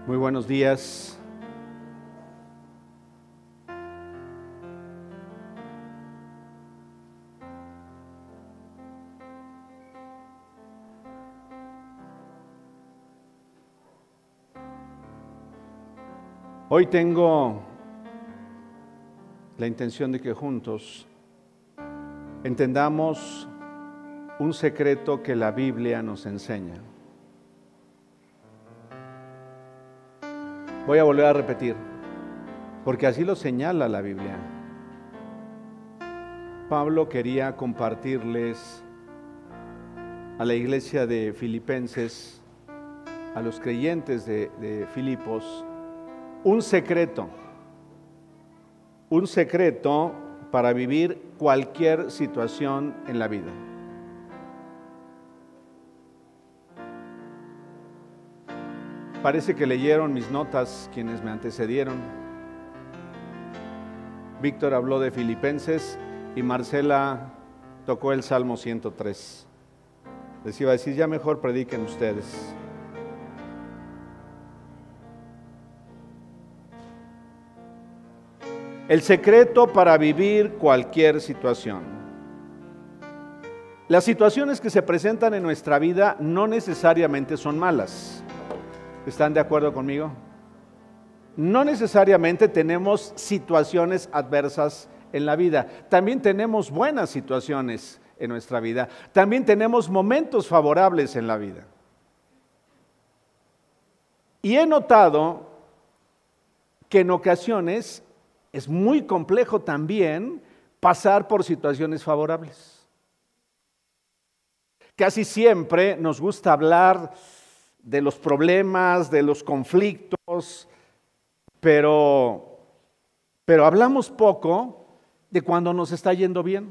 Muy buenos días. Hoy tengo la intención de que juntos entendamos un secreto que la Biblia nos enseña. Voy a volver a repetir, porque así lo señala la Biblia. Pablo quería compartirles a la iglesia de Filipenses, a los creyentes de Filipos, un secreto para vivir cualquier situación en la vida. Parece que leyeron mis notas quienes me antecedieron. Víctor habló de Filipenses y Marcela tocó el Salmo 103. Les iba a decir, ya mejor prediquen ustedes. El secreto para vivir cualquier situación. Las situaciones que se presentan en nuestra vida no necesariamente son malas. ¿Están de acuerdo conmigo? No necesariamente tenemos situaciones adversas en la vida. También tenemos buenas situaciones en nuestra vida. También tenemos momentos favorables en la vida. Y he notado que en ocasiones es muy complejo también pasar por situaciones favorables. Casi siempre nos gusta hablar de los problemas, de los conflictos, pero hablamos poco de cuando nos está yendo bien.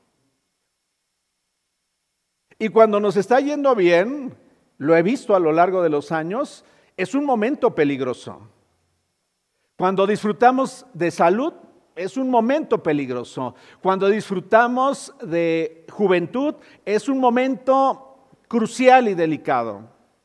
Y cuando nos está yendo bien, lo he visto a lo largo de los años, es un momento peligroso. Cuando disfrutamos de salud, es un momento peligroso. Cuando disfrutamos de juventud, es un momento crucial y delicado.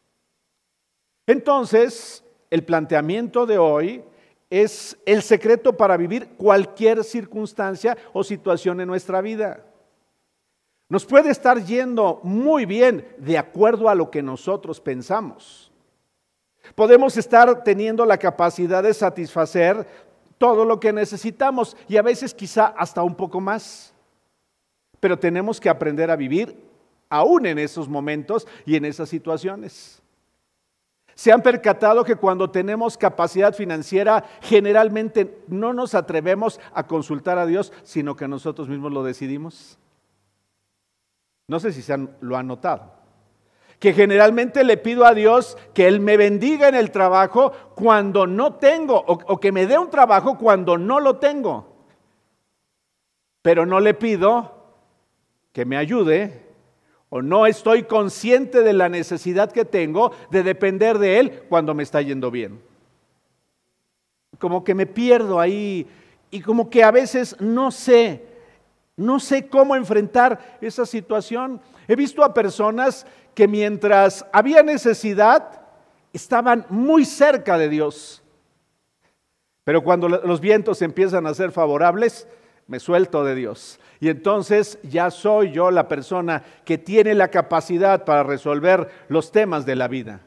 Entonces, el planteamiento de hoy es el secreto para vivir cualquier circunstancia o situación en nuestra vida. Nos puede estar yendo muy bien de acuerdo a lo que nosotros pensamos. Podemos estar teniendo la capacidad de satisfacer todo lo que necesitamos y a veces quizá hasta un poco más. Pero tenemos que aprender a vivir aún en esos momentos y en esas situaciones. ¿Se han percatado que cuando tenemos capacidad financiera generalmente no nos atrevemos a consultar a Dios, sino que nosotros mismos lo decidimos? No sé si lo han notado. Que generalmente le pido a Dios que Él me bendiga en el trabajo cuando no tengo, o que me dé un trabajo cuando no lo tengo. Pero no le pido que me ayude, o no estoy consciente de la necesidad que tengo de depender de Él cuando me está yendo bien. Como que me pierdo ahí y como que a veces no sé cómo enfrentar esa situación. He visto a personas que mientras había necesidad, estaban muy cerca de Dios. Pero cuando los vientos empiezan a ser favorables, me suelto de Dios. Y entonces ya soy yo la persona que tiene la capacidad para resolver los temas de la vida.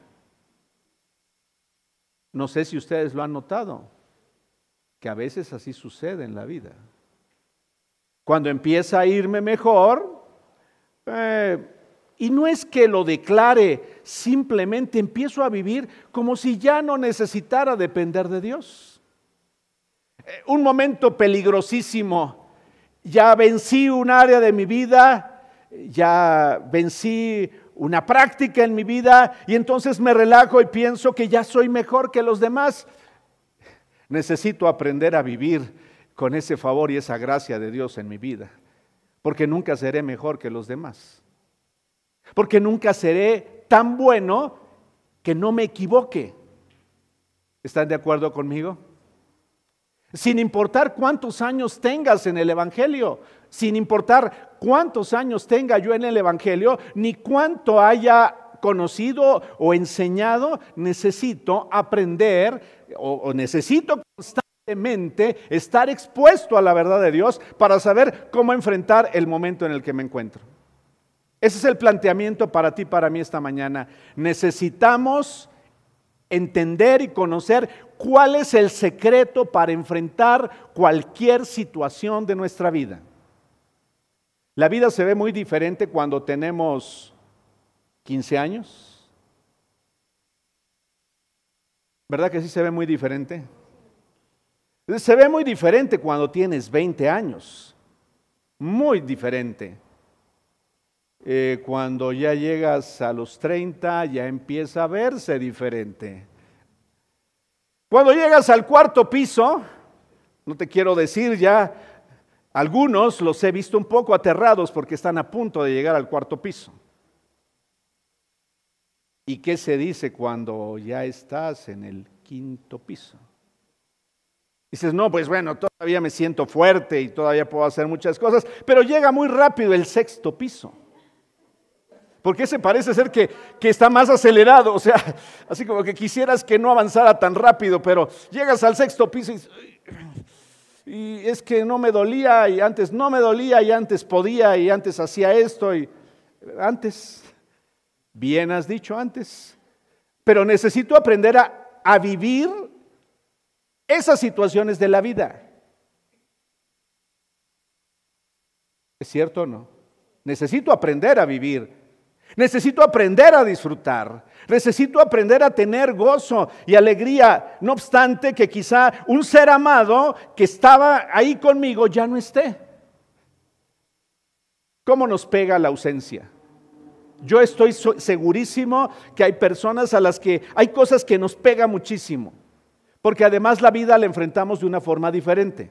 No sé si ustedes lo han notado, que a veces así sucede en la vida. Cuando empieza a irme mejor, y no es que lo declare, simplemente empiezo a vivir como si ya no necesitara depender de Dios. Un momento peligrosísimo, ya vencí un área de mi vida, ya vencí una práctica en mi vida y entonces me relajo y pienso que ya soy mejor que los demás. Necesito aprender a vivir con ese favor y esa gracia de Dios en mi vida, porque nunca seré mejor que los demás. Porque nunca seré tan bueno que no me equivoque. ¿Están de acuerdo conmigo? Sin importar cuántos años tengas en el Evangelio, sin importar cuántos años tenga yo en el Evangelio, ni cuánto haya conocido o enseñado, necesito aprender o necesito constantemente estar expuesto a la verdad de Dios para saber cómo enfrentar el momento en el que me encuentro. Ese es el planteamiento para ti, para mí esta mañana. Necesitamos entender y conocer cuál es el secreto para enfrentar cualquier situación de nuestra vida. La vida se ve muy diferente cuando tenemos 15 años. ¿Verdad que sí se ve muy diferente? Se ve muy diferente cuando tienes 20 años. Muy diferente. Cuando ya llegas a los 30 ya empieza a verse diferente. Cuando llegas al cuarto piso, no te quiero decir ya, algunos los he visto un poco aterrados porque están a punto de llegar al cuarto piso. ¿Y qué se dice cuando ya estás en el quinto piso? Dices, no, pues bueno, todavía me siento fuerte y todavía puedo hacer muchas cosas, pero llega muy rápido el sexto piso. Porque ese parece ser que está más acelerado, o sea, así como que quisieras que no avanzara tan rápido, pero llegas al sexto piso y es que no me dolía y antes no me dolía y antes podía y antes hacía esto y antes, bien has dicho antes, pero necesito aprender a vivir esas situaciones de la vida. ¿Es cierto o no? Necesito aprender a vivir. Necesito aprender a disfrutar, necesito aprender a tener gozo y alegría, no obstante que quizá un ser amado que estaba ahí conmigo ya no esté. ¿Cómo nos pega la ausencia? Yo estoy segurísimo que hay personas a las que hay cosas que nos pega muchísimo, porque además la vida la enfrentamos de una forma diferente.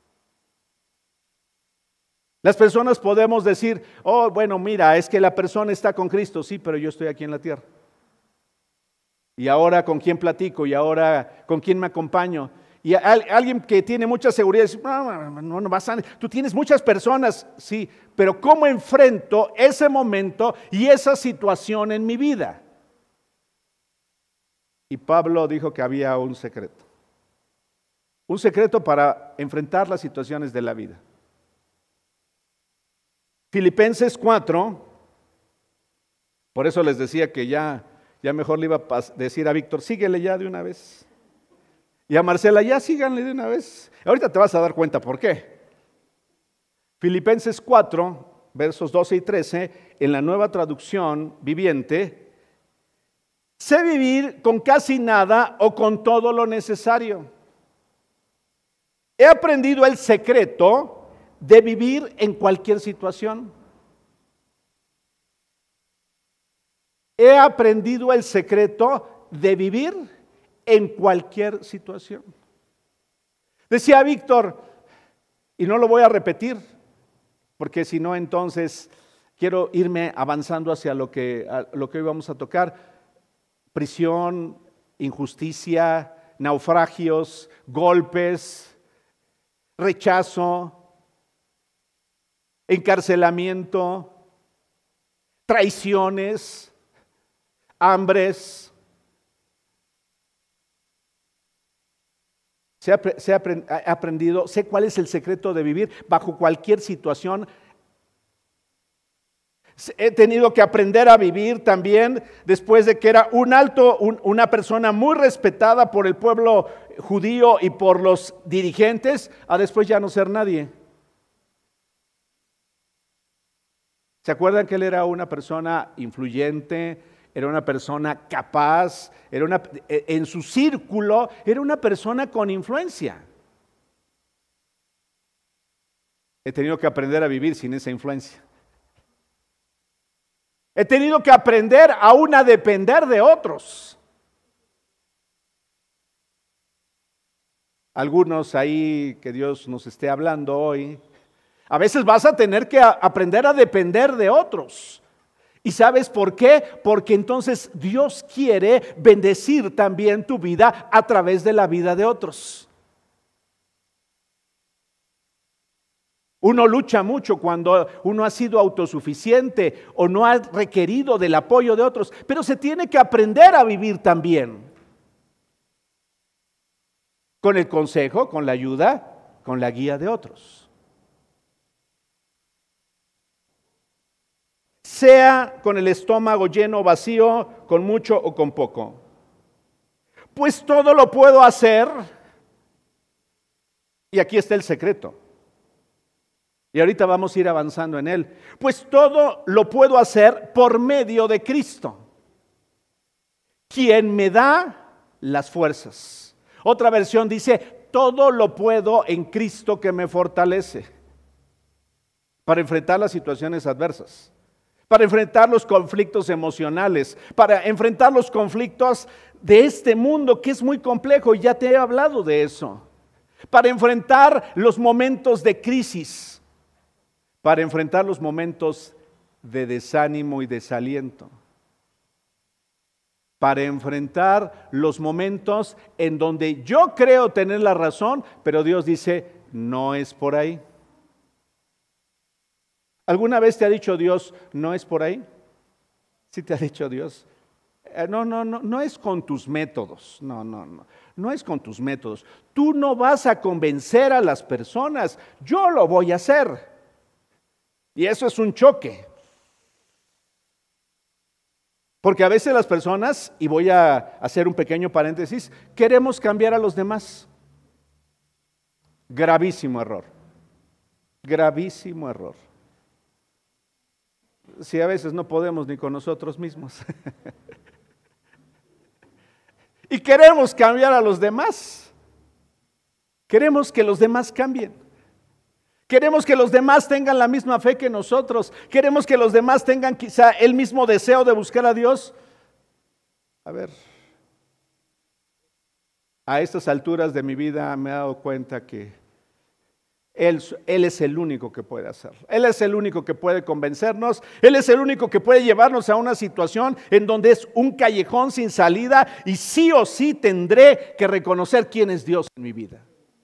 Las personas podemos decir, oh, bueno, mira, es que la persona está con Cristo, sí, pero yo estoy aquí en la tierra. Y ahora, ¿con quién platico? Y ahora, ¿con quién me acompaño? Y alguien que tiene mucha seguridad dice, no vas a... Tú tienes muchas personas, sí, pero ¿cómo enfrento ese momento y esa situación en mi vida? Y Pablo dijo que había un secreto para enfrentar las situaciones de la vida. Filipenses 4, por eso les decía que ya mejor le iba a decir a Víctor, síguele ya de una vez. Y a Marcela, ya síganle de una vez. Ahorita te vas a dar cuenta por qué. Filipenses 4, versos 12 y 13, en la Nueva Traducción Viviente, sé vivir con casi nada o con todo lo necesario. He aprendido el secreto de vivir en cualquier situación. He aprendido el secreto de vivir en cualquier situación. Decía Víctor, y no lo voy a repetir, porque si no entonces quiero irme avanzando hacia lo que hoy vamos a tocar. Prisión, injusticia, naufragios, golpes, rechazo, encarcelamiento, traiciones, hambres. He aprendido, sé cuál es el secreto de vivir bajo cualquier situación. He tenido que aprender a vivir también después de que era una persona muy respetada por el pueblo judío y por los dirigentes, a después ya no ser nadie. ¿Se acuerdan que él era una persona influyente? Era una persona capaz, en su círculo era una persona con influencia. He tenido que aprender a vivir sin esa influencia. He tenido que aprender aún a depender de otros. Algunos ahí que Dios nos esté hablando hoy, a veces vas a tener que aprender a depender de otros. ¿Y sabes por qué? Porque entonces Dios quiere bendecir también tu vida a través de la vida de otros. Uno lucha mucho cuando uno ha sido autosuficiente o no ha requerido del apoyo de otros, pero se tiene que aprender a vivir también. Con el consejo, con la ayuda, con la guía de otros. Sea con el estómago lleno o vacío, con mucho o con poco. Pues todo lo puedo hacer, y aquí está el secreto. Y ahorita vamos a ir avanzando en él. Pues todo lo puedo hacer por medio de Cristo, quien me da las fuerzas. Otra versión dice, todo lo puedo en Cristo que me fortalece para enfrentar las situaciones adversas, para enfrentar los conflictos emocionales, para enfrentar los conflictos de este mundo que es muy complejo, y ya te he hablado de eso, para enfrentar los momentos de crisis, para enfrentar los momentos de desánimo y desaliento, para enfrentar los momentos en donde yo creo tener la razón, pero Dios dice, no es por ahí. ¿Alguna vez te ha dicho Dios, no es por ahí? ¿Sí te ha dicho Dios? No es con tus métodos, no es con tus métodos. Tú no vas a convencer a las personas, yo lo voy a hacer. Y eso es un choque. Porque a veces las personas, y voy a hacer un pequeño paréntesis, queremos cambiar a los demás. Gravísimo error. Gravísimo error. Si a veces no podemos ni con nosotros mismos. Y queremos cambiar a los demás. Queremos que los demás cambien. Queremos que los demás tengan la misma fe que nosotros. Queremos que los demás tengan quizá el mismo deseo de buscar a Dios. A ver, a estas alturas de mi vida me he dado cuenta que Él es el único que puede hacerlo. Él es el único que puede convencernos. Él es el único que puede llevarnos a una situación en donde es un callejón sin salida y sí o sí tendré que reconocer quién es Dios en mi vida.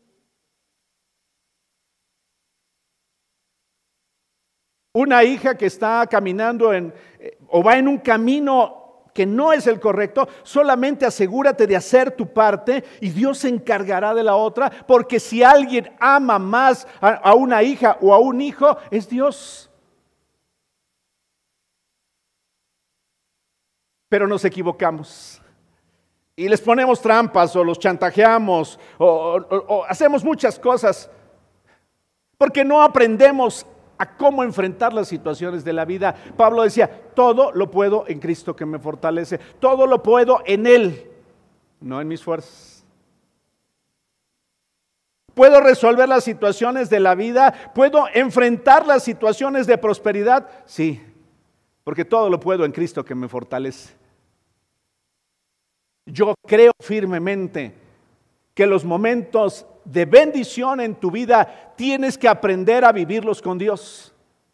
Una hija que está caminando o va en un camino que no es el correcto, solamente asegúrate de hacer tu parte y Dios se encargará de la otra, porque si alguien ama más a una hija o a un hijo, es Dios. Pero nos equivocamos y les ponemos trampas o los chantajeamos o hacemos muchas cosas porque no aprendemos a cómo enfrentar las situaciones de la vida. Pablo decía, todo lo puedo en Cristo que me fortalece, todo lo puedo en Él, no en mis fuerzas. Puedo resolver las situaciones de la vida, puedo enfrentar las situaciones de prosperidad, sí, porque todo lo puedo en Cristo que me fortalece. Yo creo firmemente que los momentos de bendición en tu vida tienes que aprender a vivirlos con Dios.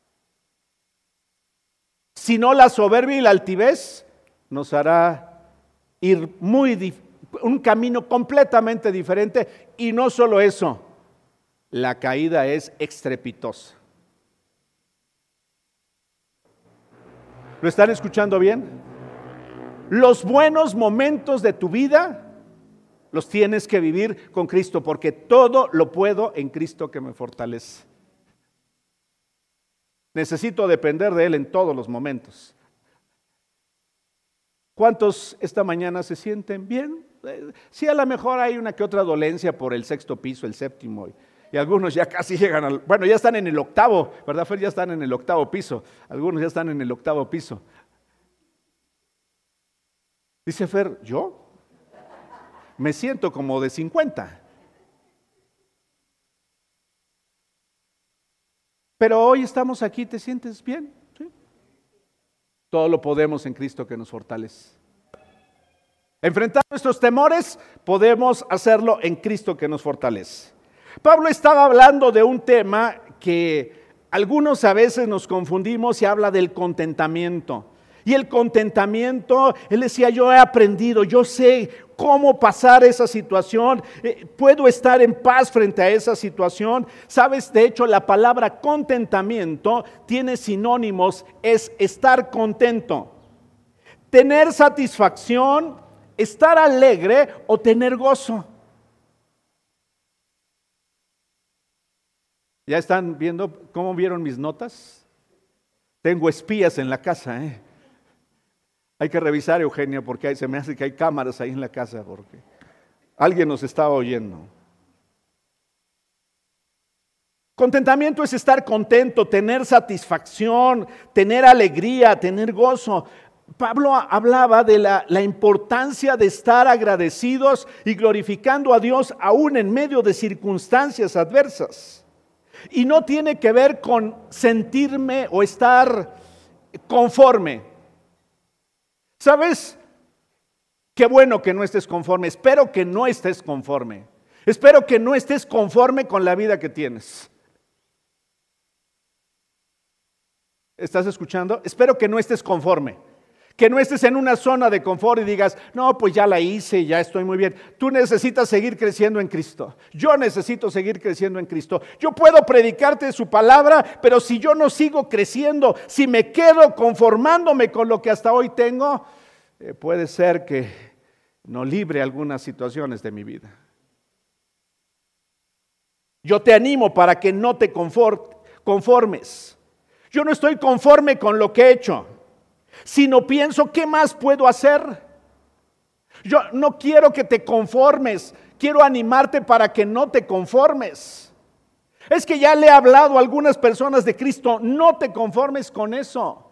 Si no, la soberbia y la altivez nos hará ir un camino completamente diferente. Y no solo eso, la caída es estrepitosa. ¿Lo están escuchando bien? Los buenos momentos de tu vida los tienes que vivir con Cristo, porque todo lo puedo en Cristo que me fortalece. Necesito depender de Él en todos los momentos. ¿Cuántos esta mañana se sienten bien? Sí, a lo mejor hay una que otra dolencia por el 6º piso, el 7º, y algunos ya casi llegan bueno, ya están en el 8º, ¿verdad, Fer? Ya están en el 8º piso, algunos ya están en el 8º piso. Dice Fer, ¿yo? Me siento como de 50. Pero hoy estamos aquí, ¿te sientes bien? ¿Sí? Todo lo podemos en Cristo que nos fortalece. Enfrentar nuestros temores, podemos hacerlo en Cristo que nos fortalece. Pablo estaba hablando de un tema que algunos a veces nos confundimos y habla del contentamiento. Y el contentamiento, él decía, yo he aprendido, yo sé cómo pasar esa situación, puedo estar en paz frente a esa situación. Sabes, de hecho, la palabra contentamiento tiene sinónimos, es estar contento, tener satisfacción, estar alegre o tener gozo. ¿Ya están viendo cómo vieron mis notas? Tengo espías en la casa, ¿eh? Hay que revisar, Eugenia, porque se me hace que hay cámaras ahí en la casa, porque alguien nos estaba oyendo. Contentamiento es estar contento, tener satisfacción, tener alegría, tener gozo. Pablo hablaba de la importancia de estar agradecidos y glorificando a Dios aún en medio de circunstancias adversas. Y no tiene que ver con sentirme o estar conforme. ¿Sabes? Qué bueno que no estés conforme. Espero que no estés conforme. Espero que no estés conforme con la vida que tienes. ¿Estás escuchando? Espero que no estés conforme. Que no estés en una zona de confort y digas, no, pues ya la hice, ya estoy muy bien. Tú necesitas seguir creciendo en Cristo. Yo necesito seguir creciendo en Cristo. Yo puedo predicarte su palabra, pero si yo no sigo creciendo, si me quedo conformándome con lo que hasta hoy tengo, puede ser que no libre algunas situaciones de mi vida. Yo te animo para que no te conformes. Yo no estoy conforme con lo que he hecho, sino pienso, ¿qué más puedo hacer? Yo no quiero que te conformes, quiero animarte para que no te conformes. Es que ya le he hablado a algunas personas de Cristo, no te conformes con eso.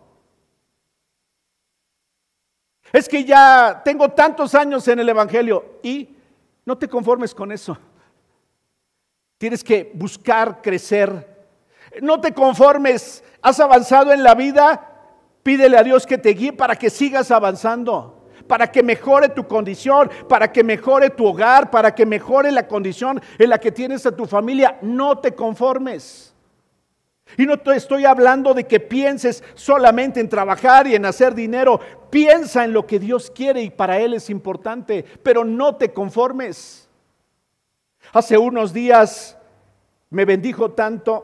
Es que ya tengo tantos años en el Evangelio y no te conformes con eso. Tienes que buscar crecer. No te conformes, has avanzado en la vida. Pídele a Dios que te guíe para que sigas avanzando, para que mejore tu condición, para que mejore tu hogar, para que mejore la condición en la que tienes a tu familia. No te conformes. Y no te estoy hablando de que pienses solamente en trabajar y en hacer dinero. Piensa en lo que Dios quiere y para Él es importante, pero no te conformes. Hace unos días me bendijo tanto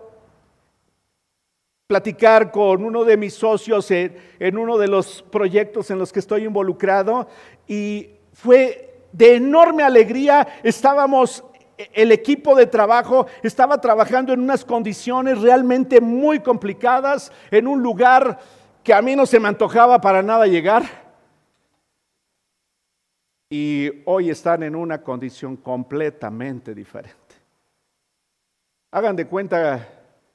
platicar con uno de mis socios en uno de los proyectos en los que estoy involucrado y fue de enorme alegría. El equipo de trabajo estaba trabajando en unas condiciones realmente muy complicadas, en un lugar que a mí no se me antojaba para nada llegar. Y hoy están en una condición completamente diferente. Hagan de cuenta,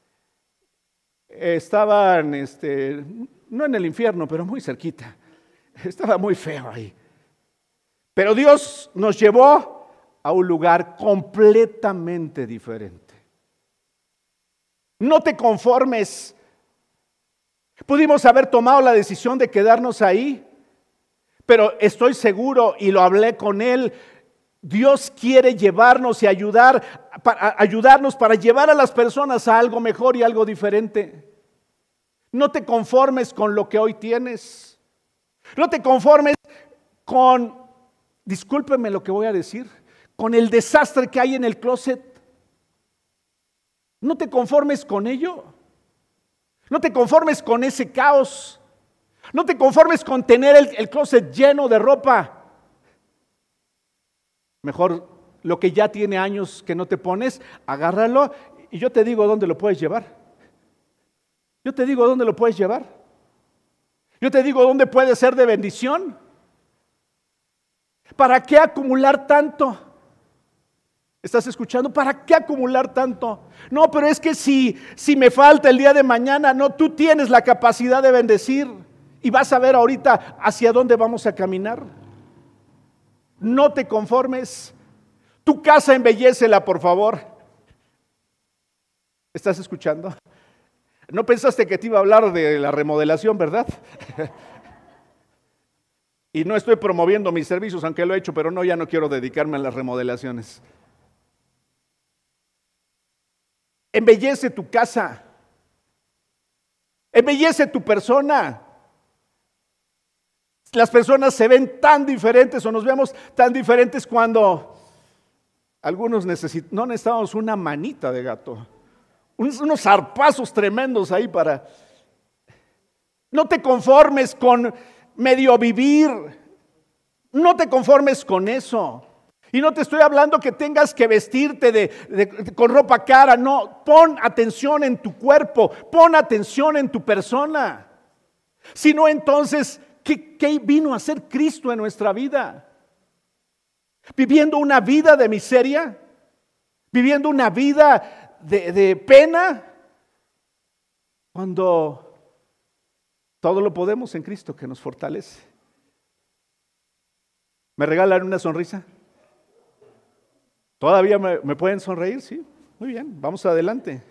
estaban, no en el infierno, pero muy cerquita. Estaba muy feo ahí. Pero Dios nos llevó a un lugar completamente diferente. No te conformes. Pudimos haber tomado la decisión de quedarnos ahí, pero estoy seguro, y lo hablé con él, Dios quiere llevarnos y ayudarnos para llevar a las personas a algo mejor y algo diferente. No te conformes con lo que hoy tienes. No te conformes con, discúlpeme lo que voy a decir, con el desastre que hay en el closet. No te conformes con ello. No te conformes con ese caos. No te conformes con tener el closet lleno de ropa. Mejor lo que ya tiene años que no te pones, agárralo y yo te digo dónde lo puedes llevar. Yo te digo dónde lo puedes llevar. Yo te digo dónde puede ser de bendición. ¿Para qué acumular tanto? ¿Estás escuchando? ¿Para qué acumular tanto? No, pero es que si me falta el día de mañana, no, tú tienes la capacidad de bendecir y vas a ver ahorita hacia dónde vamos a caminar. No te conformes. Tu casa embellécela, por favor. ¿Estás escuchando? No pensaste que te iba a hablar de la remodelación, ¿verdad? Y no estoy promoviendo mis servicios, aunque lo he hecho, pero no, ya no quiero dedicarme a las remodelaciones. Embellece tu casa. Embellece tu persona. Las personas se ven tan diferentes o nos vemos tan diferentes cuando algunos no necesitamos una manita de gato, unos zarpazos tremendos ahí para... No te conformes con medio vivir, no te conformes con eso. Y no te estoy hablando que tengas que vestirte con ropa cara, no, pon atención en tu cuerpo, pon atención en tu persona. Si no, entonces, ¿qué vino a hacer Cristo en nuestra vida? ¿Viviendo una vida de miseria? ¿Viviendo una vida de pena? Cuando todo lo podemos en Cristo que nos fortalece. ¿Me regalan una sonrisa? ¿Todavía me pueden sonreír? Sí, muy bien, vamos adelante.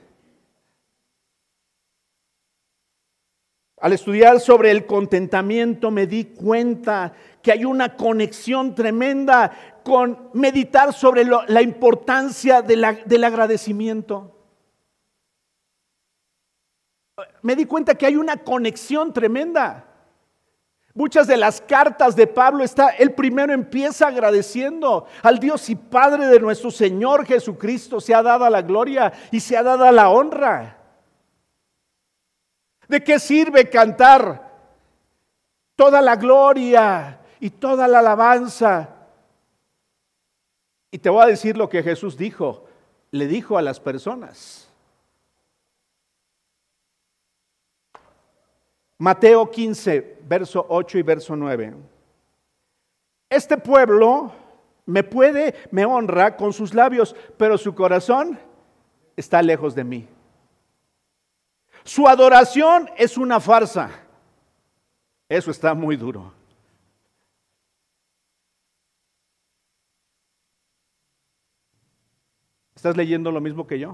Al estudiar sobre el contentamiento me di cuenta que hay una conexión tremenda con meditar sobre la importancia del agradecimiento. Me di cuenta que hay una conexión tremenda. Muchas de las cartas de Pablo él primero empieza agradeciendo al Dios y Padre de nuestro Señor Jesucristo. Se ha dado la gloria y se ha dado la honra. ¿De qué sirve cantar toda la gloria y toda la alabanza? Y te voy a decir lo que Jesús le dijo a las personas. Mateo 15, verso 8 y verso 9. Este pueblo me honra con sus labios, pero su corazón está lejos de mí. Su adoración es una farsa. Eso está muy duro. ¿Estás leyendo lo mismo que yo?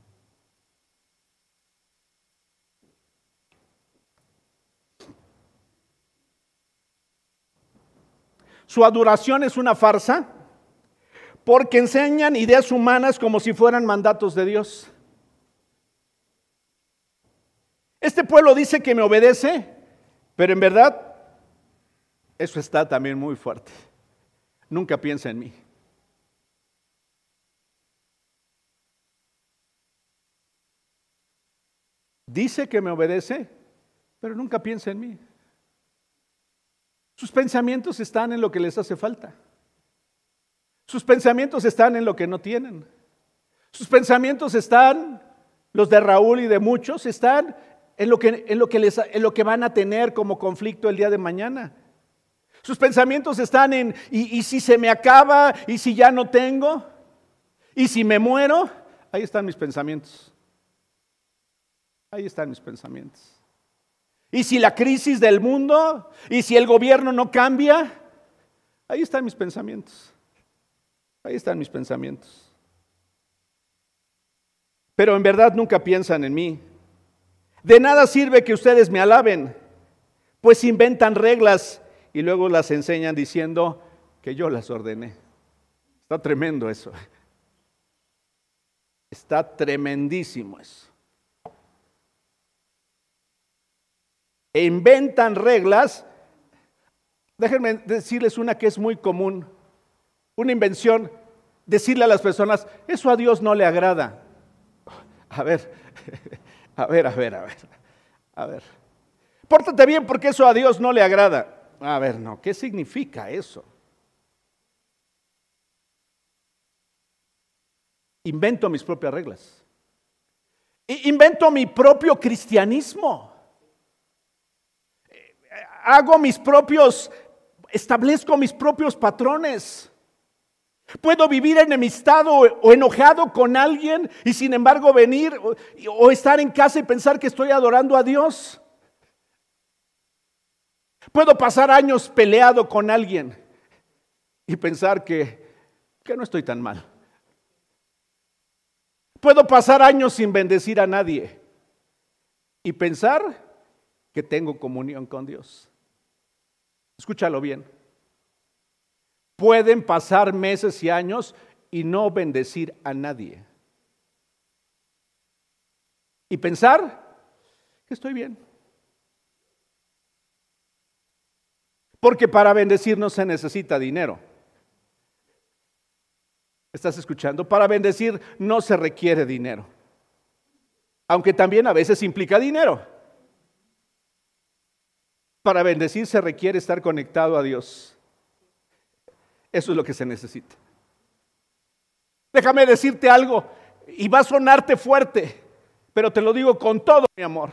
Su adoración es una farsa porque enseñan ideas humanas como si fueran mandatos de Dios. Este pueblo dice que me obedece, pero en verdad eso está también muy fuerte. Nunca piensa en mí. Dice que me obedece, pero nunca piensa en mí. Sus pensamientos están en lo que les hace falta. Sus pensamientos están en lo que no tienen. Sus pensamientos están, los de Raúl y de muchos, están en lo que van a tener como conflicto el día de mañana. Sus pensamientos están en, ¿y si se me acaba? ¿Y si ya no tengo? ¿Y si me muero? Ahí están mis pensamientos. Ahí están mis pensamientos. ¿Y si la crisis del mundo? ¿Y si el gobierno no cambia? Ahí están mis pensamientos. Ahí están mis pensamientos. Pero en verdad nunca piensan en mí. De nada sirve que ustedes me alaben, pues inventan reglas y luego las enseñan diciendo que yo las ordené. Está tremendo eso. Está tremendísimo eso. E inventan reglas. Déjenme decirles una que es muy común, una invención, decirle a las personas, eso a Dios no le agrada. A ver, pórtate bien porque eso a Dios no le agrada. A ver, no, ¿qué significa eso? Invento mis propias reglas. Invento mi propio cristianismo. Establezco mis propios patrones. Puedo vivir enemistado o enojado con alguien y sin embargo venir o estar en casa y pensar que estoy adorando a Dios. Puedo pasar años peleado con alguien y pensar que no estoy tan mal. Puedo pasar años sin bendecir a nadie y pensar que tengo comunión con Dios. Escúchalo bien. Pueden pasar meses y años y no bendecir a nadie. Y pensar que estoy bien. Porque para bendecir no se necesita dinero. ¿Estás escuchando? Para bendecir no se requiere dinero. Aunque también a veces implica dinero. Para bendecir se requiere estar conectado a Dios. Eso es lo que se necesita. Déjame decirte algo, y va a sonarte fuerte, pero te lo digo con todo mi amor.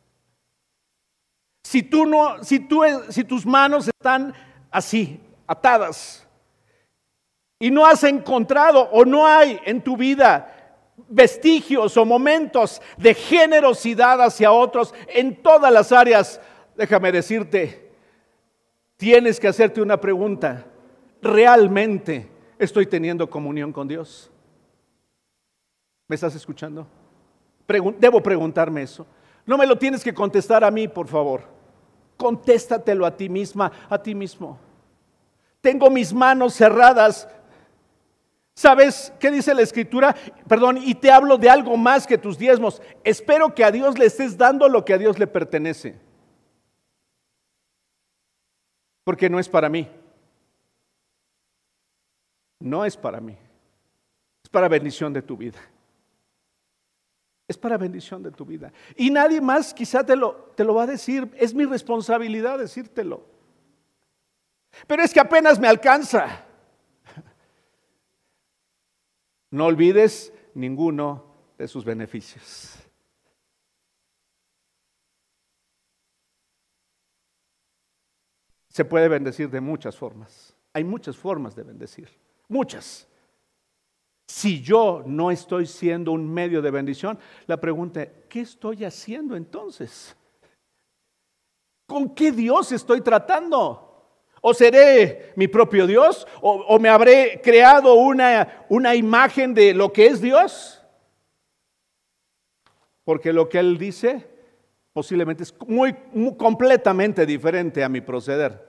Si tus manos están así, atadas, y no has encontrado o no hay en tu vida vestigios o momentos de generosidad hacia otros en todas las áreas, déjame decirte, tienes que hacerte una pregunta: ¿realmente estoy teniendo comunión con Dios? ¿Me estás escuchando? Debo preguntarme eso. No me lo tienes que contestar a mí, por favor. Contéstatelo a ti misma, a ti mismo. Tengo mis manos cerradas. ¿Sabes qué dice la Escritura? Perdón, y te hablo de algo más que tus diezmos. Espero que a Dios le estés dando lo que a Dios le pertenece. Porque no es para mí. No es para mí. Es para bendición de tu vida. Es para bendición de tu vida. Y nadie más quizá te lo va a decir. Es mi responsabilidad decírtelo. Pero es que apenas me alcanza. No olvides ninguno de sus beneficios. Se puede bendecir de muchas formas. Hay muchas formas de bendecir. Muchas. Si yo no estoy siendo un medio de bendición, la pregunta es: ¿qué estoy haciendo entonces? ¿Con qué Dios estoy tratando? ¿O seré mi propio Dios? ¿O me habré creado una imagen de lo que es Dios? Porque lo que Él dice posiblemente es muy completamente diferente a mi proceder.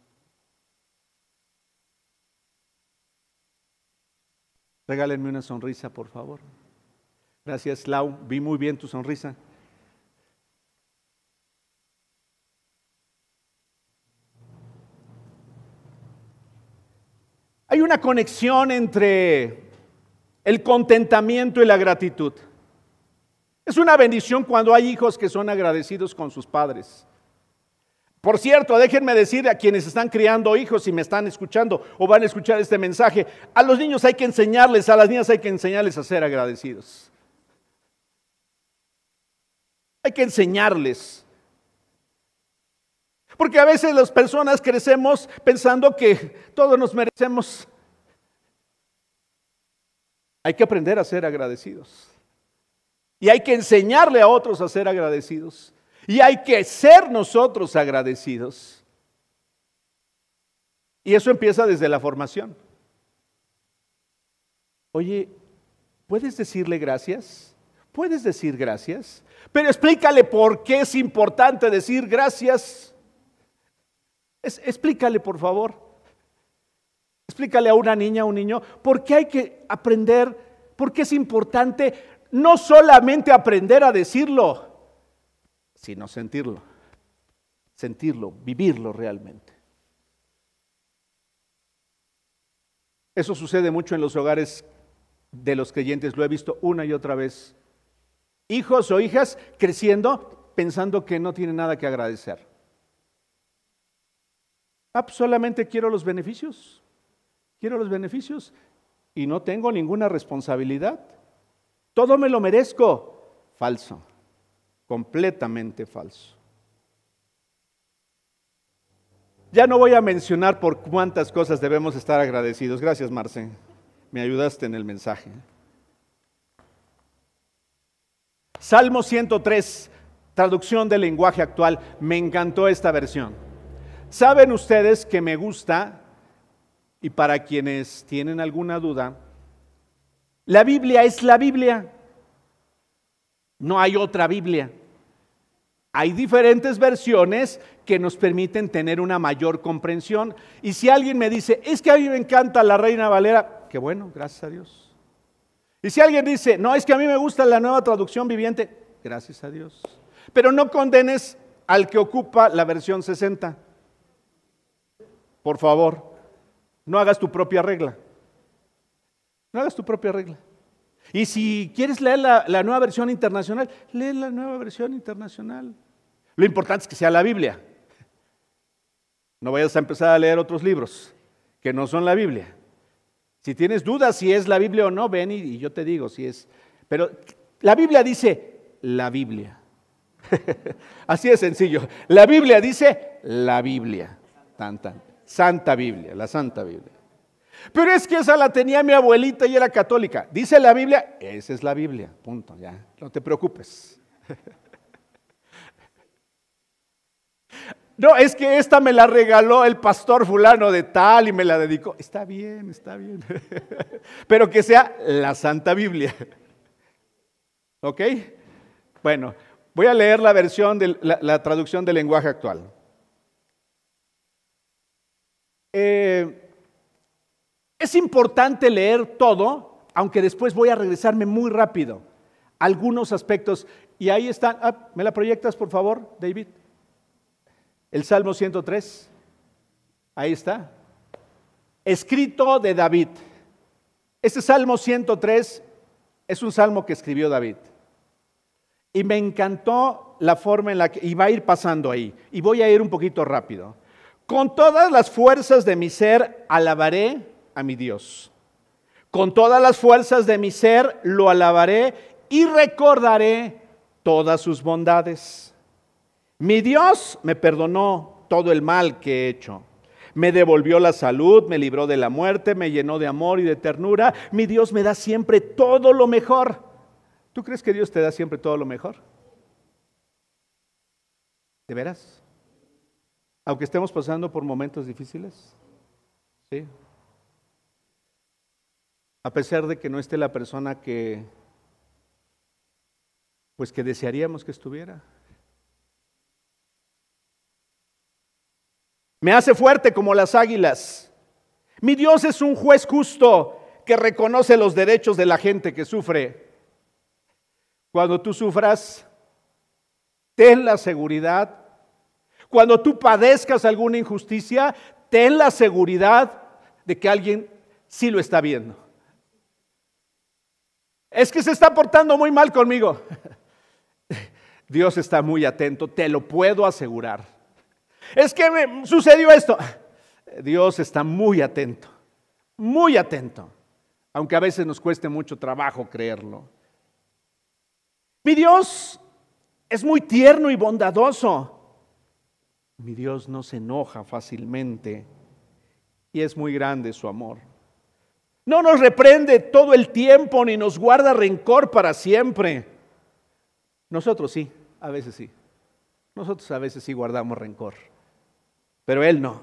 Regálenme una sonrisa, por favor. Gracias, Lau. Vi muy bien tu sonrisa. Hay una conexión entre el contentamiento y la gratitud. Es una bendición cuando hay hijos que son agradecidos con sus padres. Por cierto, déjenme decir a quienes están criando hijos y me están escuchando o van a escuchar este mensaje: a los niños hay que enseñarles, a las niñas hay que enseñarles a ser agradecidos. Hay que enseñarles. Porque a veces las personas crecemos pensando que todos nos merecemos. Hay que aprender a ser agradecidos. Y hay que enseñarle a otros a ser agradecidos. Y hay que ser nosotros agradecidos. Y eso empieza desde la formación. Oye, ¿puedes decirle gracias? ¿Puedes decir gracias? Pero explícale por qué es importante decir gracias. Explícale, por favor. Explícale a una niña, a un niño, por qué hay que aprender, por qué es importante no solamente aprender a decirlo, sino sentirlo, vivirlo realmente. Eso sucede mucho en los hogares de los creyentes, lo he visto una y otra vez. Hijos o hijas creciendo pensando que no tienen nada que agradecer. Solamente quiero los beneficios y no tengo ninguna responsabilidad. Todo me lo merezco. Falso. Completamente falso. Ya no voy a mencionar por cuántas cosas debemos estar agradecidos. Gracias, Marce. Me ayudaste en el mensaje. Salmo 103, traducción del lenguaje actual. Me encantó esta versión. Saben ustedes que me gusta, y para quienes tienen alguna duda, la Biblia es la Biblia. No hay otra Biblia. Hay diferentes versiones que nos permiten tener una mayor comprensión. Y si alguien me dice: es que a mí me encanta la Reina Valera, qué bueno, gracias a Dios. Y si alguien dice: no, es que a mí me gusta la Nueva Traducción Viviente, gracias a Dios. Pero no condenes al que ocupa la versión 60. por favor, no hagas tu propia regla. No hagas tu propia regla. Y si quieres leer la nueva versión internacional, lee la nueva versión internacional. Lo importante es que sea la Biblia. No vayas a empezar a leer otros libros que no son la Biblia. Si tienes dudas si es la Biblia o no, ven y yo te digo si es. Pero la Biblia dice la Biblia. Así de sencillo. La Biblia dice la Biblia. Santa Biblia, la Santa Biblia. Pero es que esa la tenía mi abuelita y era católica. Dice la Biblia, esa es la Biblia. Punto, ya. No te preocupes. No, es que esta me la regaló el pastor fulano de tal y me la dedicó. Está bien, está bien. Pero que sea la Santa Biblia. ¿Ok? Bueno, voy a leer la versión de la traducción del lenguaje actual. Es importante leer todo, aunque después voy a regresarme muy rápido. Algunos aspectos. Y ahí están. ¿Me la proyectas, por favor, David? El Salmo 103, ahí está, escrito de David. Este Salmo 103 es un salmo que escribió David. Y me encantó la forma en la que, y va a ir pasando ahí, y voy a ir un poquito rápido. Con todas las fuerzas de mi ser alabaré a mi Dios. Con todas las fuerzas de mi ser lo alabaré y recordaré todas sus bondades. Mi Dios me perdonó todo el mal que he hecho. Me devolvió la salud, me libró de la muerte, me llenó de amor y de ternura. Mi Dios me da siempre todo lo mejor. ¿Tú crees que Dios te da siempre todo lo mejor? ¿De veras? Aunque estemos pasando por momentos difíciles. ¿Sí? A pesar de que no esté la persona que desearíamos que estuviera. Me hace fuerte como las águilas. Mi Dios es un juez justo que reconoce los derechos de la gente que sufre. Cuando tú sufras, ten la seguridad. Cuando tú padezcas alguna injusticia, ten la seguridad de que alguien sí lo está viendo. Es que se está portando muy mal conmigo. Dios está muy atento, te lo puedo asegurar. Es que me sucedió esto. Dios está muy atento, aunque a veces nos cueste mucho trabajo creerlo. Mi Dios es muy tierno y bondadoso. Mi Dios no se enoja fácilmente y es muy grande su amor. No nos reprende todo el tiempo ni nos guarda rencor para siempre. Nosotros sí, a veces sí. Nosotros a veces sí guardamos rencor. Pero Él no.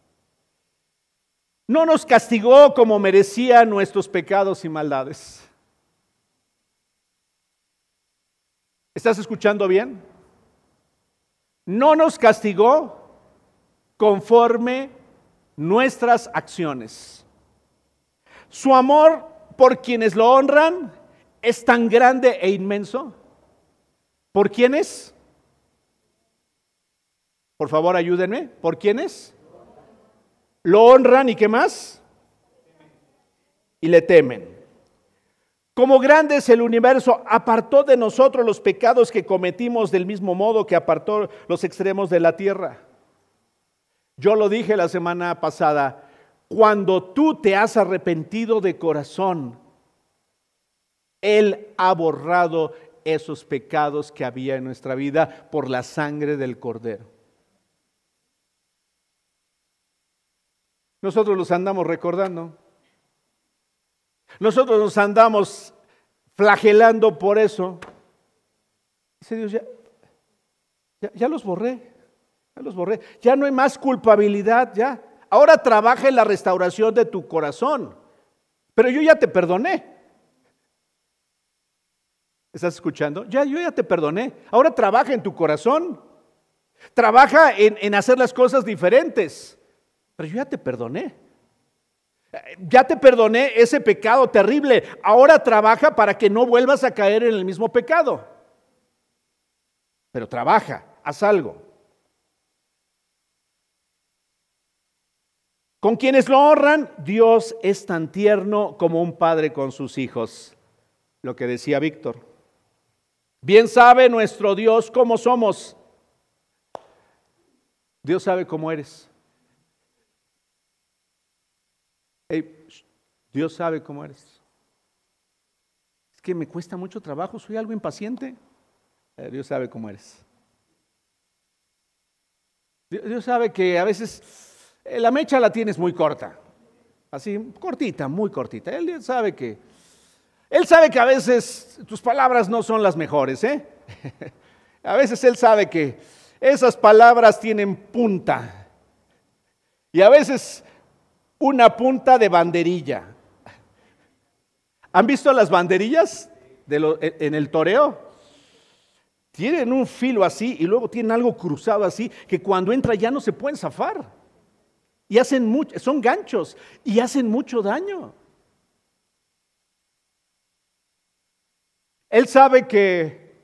No nos castigó como merecían nuestros pecados y maldades. ¿Estás escuchando bien? No nos castigó conforme nuestras acciones. Su amor por quienes lo honran es tan grande e inmenso. ¿Por quiénes? Por favor, ayúdenme. ¿Por quiénes? Lo honran y ¿qué más? Y le temen. Como grande es el universo, apartó de nosotros los pecados que cometimos del mismo modo que apartó los extremos de la tierra. Yo lo dije la semana pasada, cuando tú te has arrepentido de corazón, Él ha borrado esos pecados que había en nuestra vida por la sangre del Cordero. Nosotros los andamos recordando. Nosotros nos andamos flagelando por eso. Dice Dios, ya los borré, ya no hay más culpabilidad, ya. Ahora trabaja en la restauración de tu corazón, pero yo ya te perdoné. ¿Estás escuchando? Yo ya te perdoné, ahora trabaja en tu corazón, trabaja en hacer las cosas diferentes, pero yo ya te perdoné. Ya te perdoné ese pecado terrible. Ahora trabaja para que no vuelvas a caer en el mismo pecado. Pero trabaja, haz algo. Con quienes lo honran, Dios es tan tierno como un padre con sus hijos. Lo que decía Víctor. Bien sabe nuestro Dios cómo somos. Dios sabe cómo eres. Hey, Dios sabe cómo eres. Es que me cuesta mucho trabajo, soy algo impaciente. Dios sabe cómo eres. Dios sabe que a veces la mecha la tienes muy corta. Así, cortita, muy cortita. Él sabe que a veces tus palabras no son las mejores, ¿eh? A veces Él sabe que esas palabras tienen punta. Y a veces una punta de banderilla. ¿Han visto las banderillas en el toreo? Tienen un filo así y luego tienen algo cruzado así que cuando entra ya no se pueden zafar. Y hacen mucho, son ganchos y hacen mucho daño. Él sabe que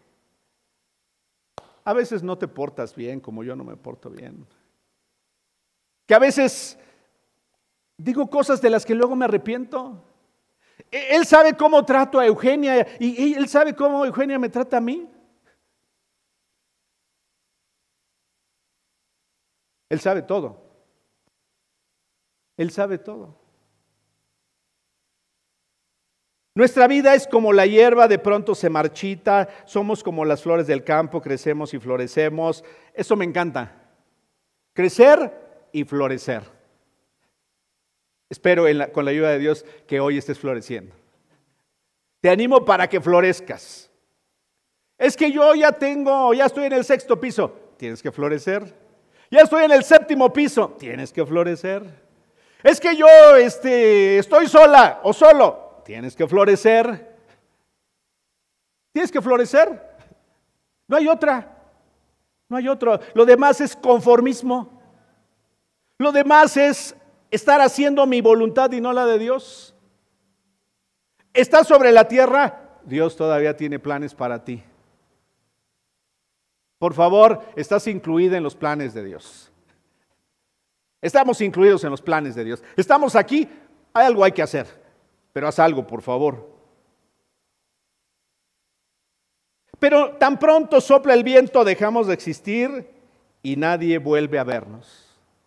a veces no te portas bien como yo no me porto bien. Que a veces digo cosas de las que luego me arrepiento. Él sabe cómo trato a Eugenia y Él sabe cómo Eugenia me trata a mí. Él sabe todo. Él sabe todo. Nuestra vida es como la hierba, de pronto se marchita, somos como las flores del campo, crecemos y florecemos. Eso me encanta. Crecer y florecer. Espero con la ayuda de Dios que hoy estés floreciendo. Te animo para que florezcas. Es que yo ya estoy en el 6º piso. Tienes que florecer. Ya estoy en el 7º piso. Tienes que florecer. Es que yo estoy sola o solo. Tienes que florecer. Tienes que florecer. No hay otra. No hay otro. Lo demás es conformismo. Lo demás es estar haciendo mi voluntad y no la de Dios. Estás sobre la tierra, Dios todavía tiene planes para ti. Por favor, estás incluida en los planes de Dios. Estamos incluidos en los planes de Dios. Estamos aquí, hay que hacer, pero haz algo, por favor. Pero tan pronto sopla el viento, dejamos de existir y nadie vuelve a vernos.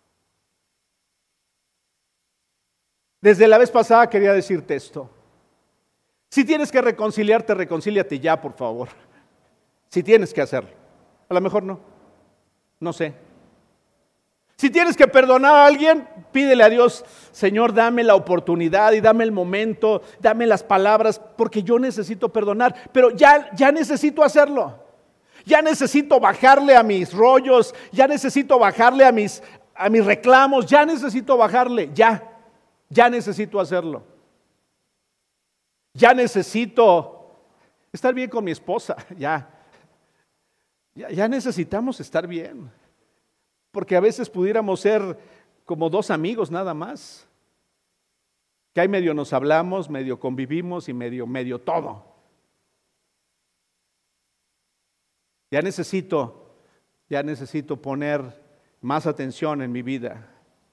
Desde la vez pasada quería decirte esto. Si tienes que reconciliarte, reconcíliate ya, por favor. Si tienes que hacerlo. A lo mejor no sé. Si tienes que perdonar a alguien, pídele a Dios, Señor, dame la oportunidad y dame el momento, dame las palabras, porque yo necesito perdonar, pero ya necesito hacerlo. Ya necesito bajarle a mis rollos, ya necesito bajarle a mis reclamos, ya necesito bajarle, ya necesito hacerlo. Ya necesito estar bien con mi esposa, ya necesitamos estar bien. Porque a veces pudiéramos ser como dos amigos nada más. Que ahí medio nos hablamos, medio convivimos y medio todo. Ya necesito poner más atención en mi vida.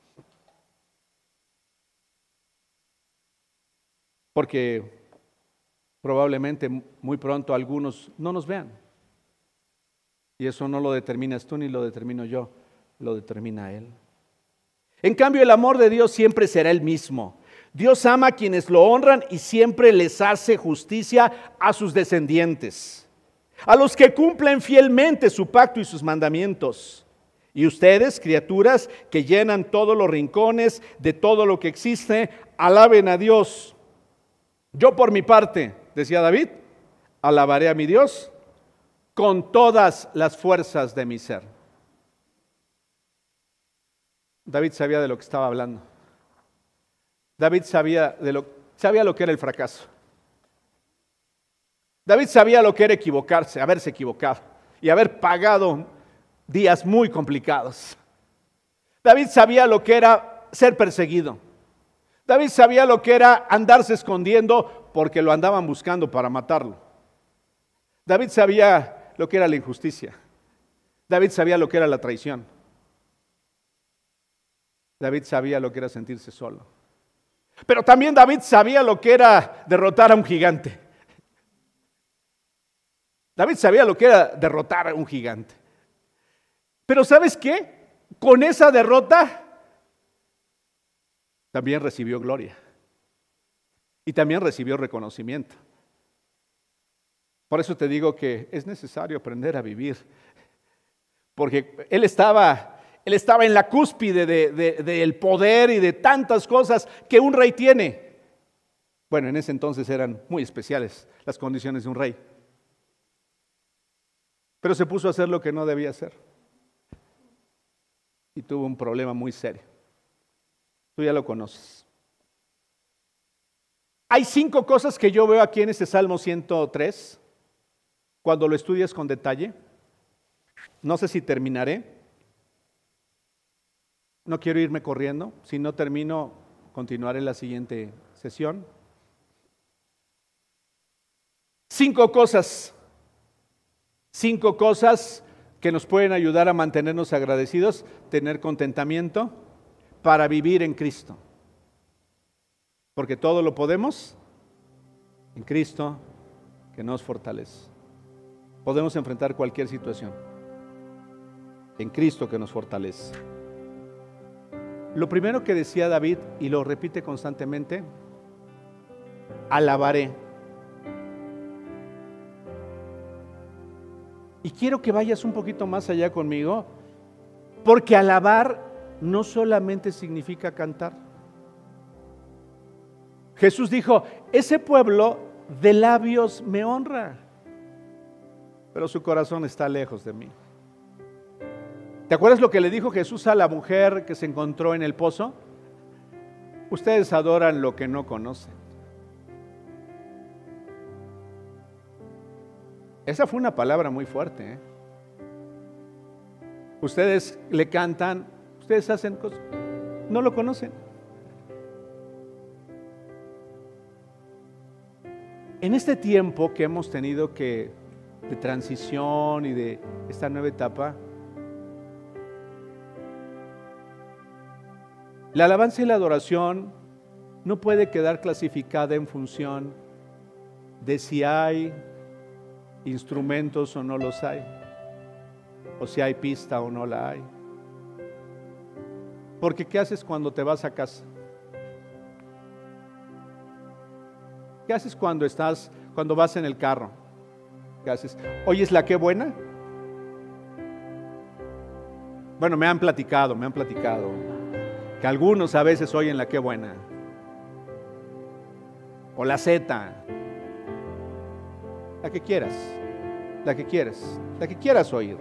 Porque probablemente muy pronto algunos no nos vean. Y eso no lo determinas tú ni lo determino yo. Lo determina Él. En cambio, el amor de Dios siempre será el mismo. Dios ama a quienes lo honran y siempre les hace justicia a sus descendientes, a los que cumplen fielmente su pacto y sus mandamientos. Y ustedes, criaturas que llenan todos los rincones de todo lo que existe, alaben a Dios. Yo por mi parte, decía David, alabaré a mi Dios con todas las fuerzas de mi ser. David sabía de lo que estaba hablando. David sabía lo que era el fracaso. David sabía lo que era equivocarse, haberse equivocado y haber pagado días muy complicados. David sabía lo que era ser perseguido. David sabía lo que era andarse escondiendo porque lo andaban buscando para matarlo. David sabía lo que era la injusticia. David sabía lo que era la traición. David sabía lo que era sentirse solo. Pero también David sabía lo que era derrotar a un gigante. David sabía lo que era derrotar a un gigante. Pero ¿sabes qué? Con esa derrota también recibió gloria. Y también recibió reconocimiento. Por eso te digo que es necesario aprender a vivir. Porque él estaba en la cúspide del poder y de tantas cosas que un rey tiene. Bueno, en ese entonces eran muy especiales las condiciones de un rey. Pero se puso a hacer lo que no debía hacer. Y tuvo un problema muy serio. Tú ya lo conoces. Hay 5 cosas que yo veo aquí en este Salmo 103, cuando lo estudias con detalle. No sé si terminaré. No quiero irme corriendo. Si no termino, continuaré la siguiente sesión. 5 cosas. 5 cosas que nos pueden ayudar a mantenernos agradecidos, tener contentamiento para vivir en Cristo. Porque todo lo podemos en Cristo que nos fortalece. Podemos enfrentar cualquier situación en Cristo que nos fortalece. Lo primero que decía David, y lo repite constantemente, alabaré. Y quiero que vayas un poquito más allá conmigo, porque alabar no solamente significa cantar. Jesús dijo, ese pueblo de labios me honra, pero su corazón está lejos de mí. ¿Te acuerdas lo que le dijo Jesús a la mujer que se encontró en el pozo? Ustedes adoran lo que no conocen. Esa fue una palabra muy fuerte, ¿eh? Ustedes le cantan, ustedes hacen cosas, no lo conocen. En este tiempo que hemos tenido de transición y de esta nueva etapa, la alabanza y la adoración no puede quedar clasificada en función de si hay instrumentos o no los hay, o si hay pista o no la hay. Porque ¿qué haces cuando te vas a casa? ¿Qué haces cuando vas en el carro? ¿Qué haces? ¿Oyes la qué buena? Bueno, me han platicado que algunos a veces oyen la qué buena, o la Z, la que quieras oír.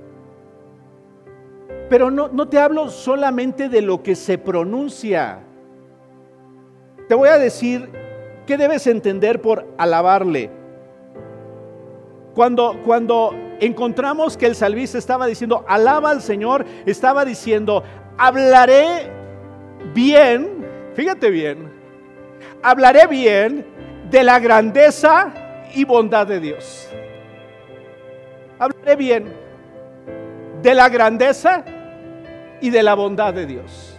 Pero no te hablo solamente de lo que se pronuncia. Te voy a decir qué debes entender por alabarle. Cuando encontramos que el salmista estaba diciendo, alaba al Señor, estaba diciendo, hablaré bien, fíjate bien, hablaré bien de la grandeza y bondad de Dios. Hablaré bien de la grandeza y de la bondad de Dios.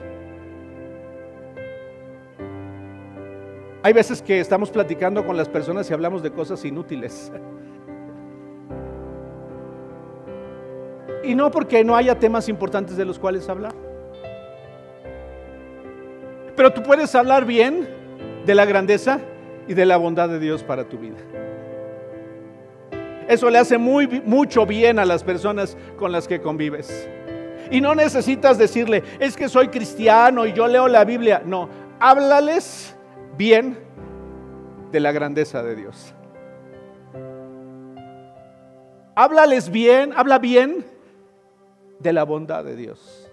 Hay veces que estamos platicando con las personas y hablamos de cosas inútiles. Y no porque no haya temas importantes de los cuales hablar. Pero tú puedes hablar bien de la grandeza y de la bondad de Dios para tu vida. Eso le hace mucho bien a las personas con las que convives. Y no necesitas decirle, es que soy cristiano y yo leo la Biblia. No, háblales bien de la grandeza de Dios. Háblales bien, habla bien de la bondad de Dios.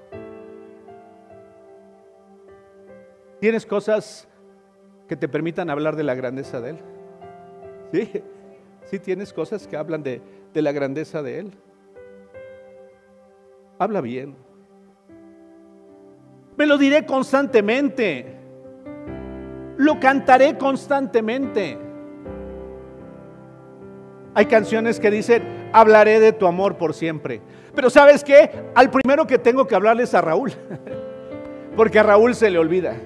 ¿Tienes cosas que te permitan hablar de la grandeza de Él? ¿Sí? ¿Sí tienes cosas que hablan de la grandeza de Él? Habla bien. Me lo diré constantemente. Lo cantaré constantemente. Hay canciones que dicen, hablaré de tu amor por siempre. Pero ¿sabes qué? Al primero que tengo que hablarle es a Raúl. porque a Raúl se le olvida.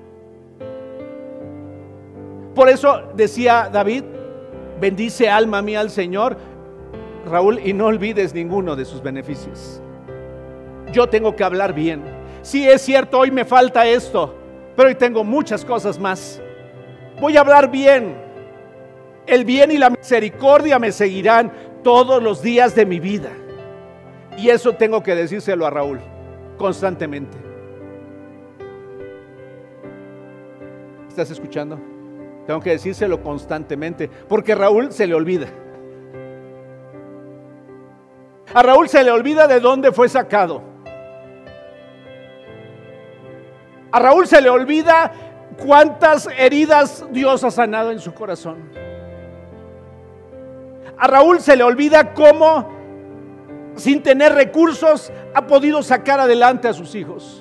Por eso decía David, bendice alma mía al Señor, Raúl, y no olvides ninguno de sus beneficios. Yo tengo que hablar bien. Sí, es cierto, hoy me falta esto, pero hoy tengo muchas cosas más. Voy a hablar bien. El bien y la misericordia me seguirán todos los días de mi vida. Y eso tengo que decírselo a Raúl constantemente. ¿Estás escuchando? Tengo que decírselo constantemente, porque a Raúl se le olvida. A Raúl se le olvida de dónde fue sacado. A Raúl se le olvida cuántas heridas Dios ha sanado en su corazón. A Raúl se le olvida cómo, sin tener recursos, ha podido sacar adelante a sus hijos.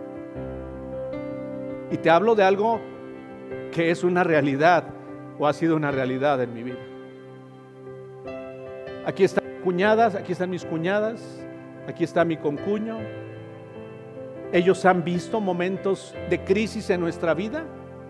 Y te hablo de algo que es una realidad, o ha sido una realidad en mi vida. Aquí están cuñadas, aquí están mis cuñadas, aquí está mi concuño. Ellos han visto momentos de crisis en nuestra vida.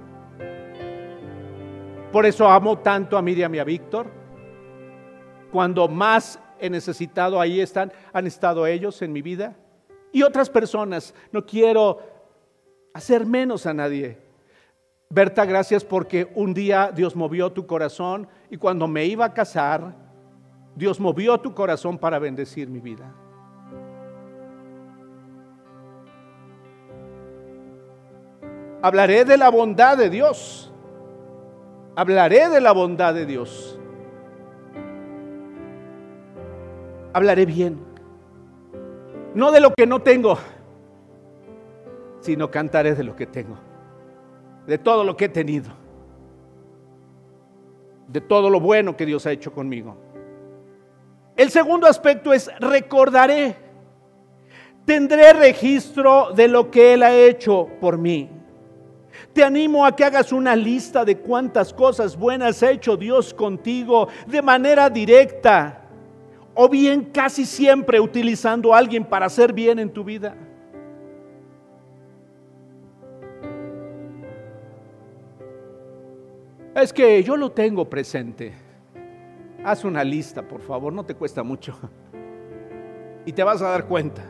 Por eso amo tanto a Miriam y a Víctor. Cuando más he necesitado, ahí han estado ellos en mi vida. Y otras personas, no quiero hacer menos a nadie. Berta, gracias porque un día Dios movió tu corazón y cuando me iba a casar, Dios movió tu corazón para bendecir mi vida. Hablaré de la bondad de Dios. Hablaré de la bondad de Dios. Hablaré bien. No de lo que no tengo, sino cantaré de lo que tengo. De todo lo que he tenido. De todo lo bueno que Dios ha hecho conmigo. El segundo aspecto es recordaré. Tendré registro de lo que Él ha hecho por mí. Te animo a que hagas una lista de cuántas cosas buenas ha hecho Dios contigo de manera directa o bien casi siempre utilizando a alguien para hacer bien en tu vida. Es que yo lo tengo presente. Haz una lista, por favor, no te cuesta mucho. Y te vas a dar cuenta.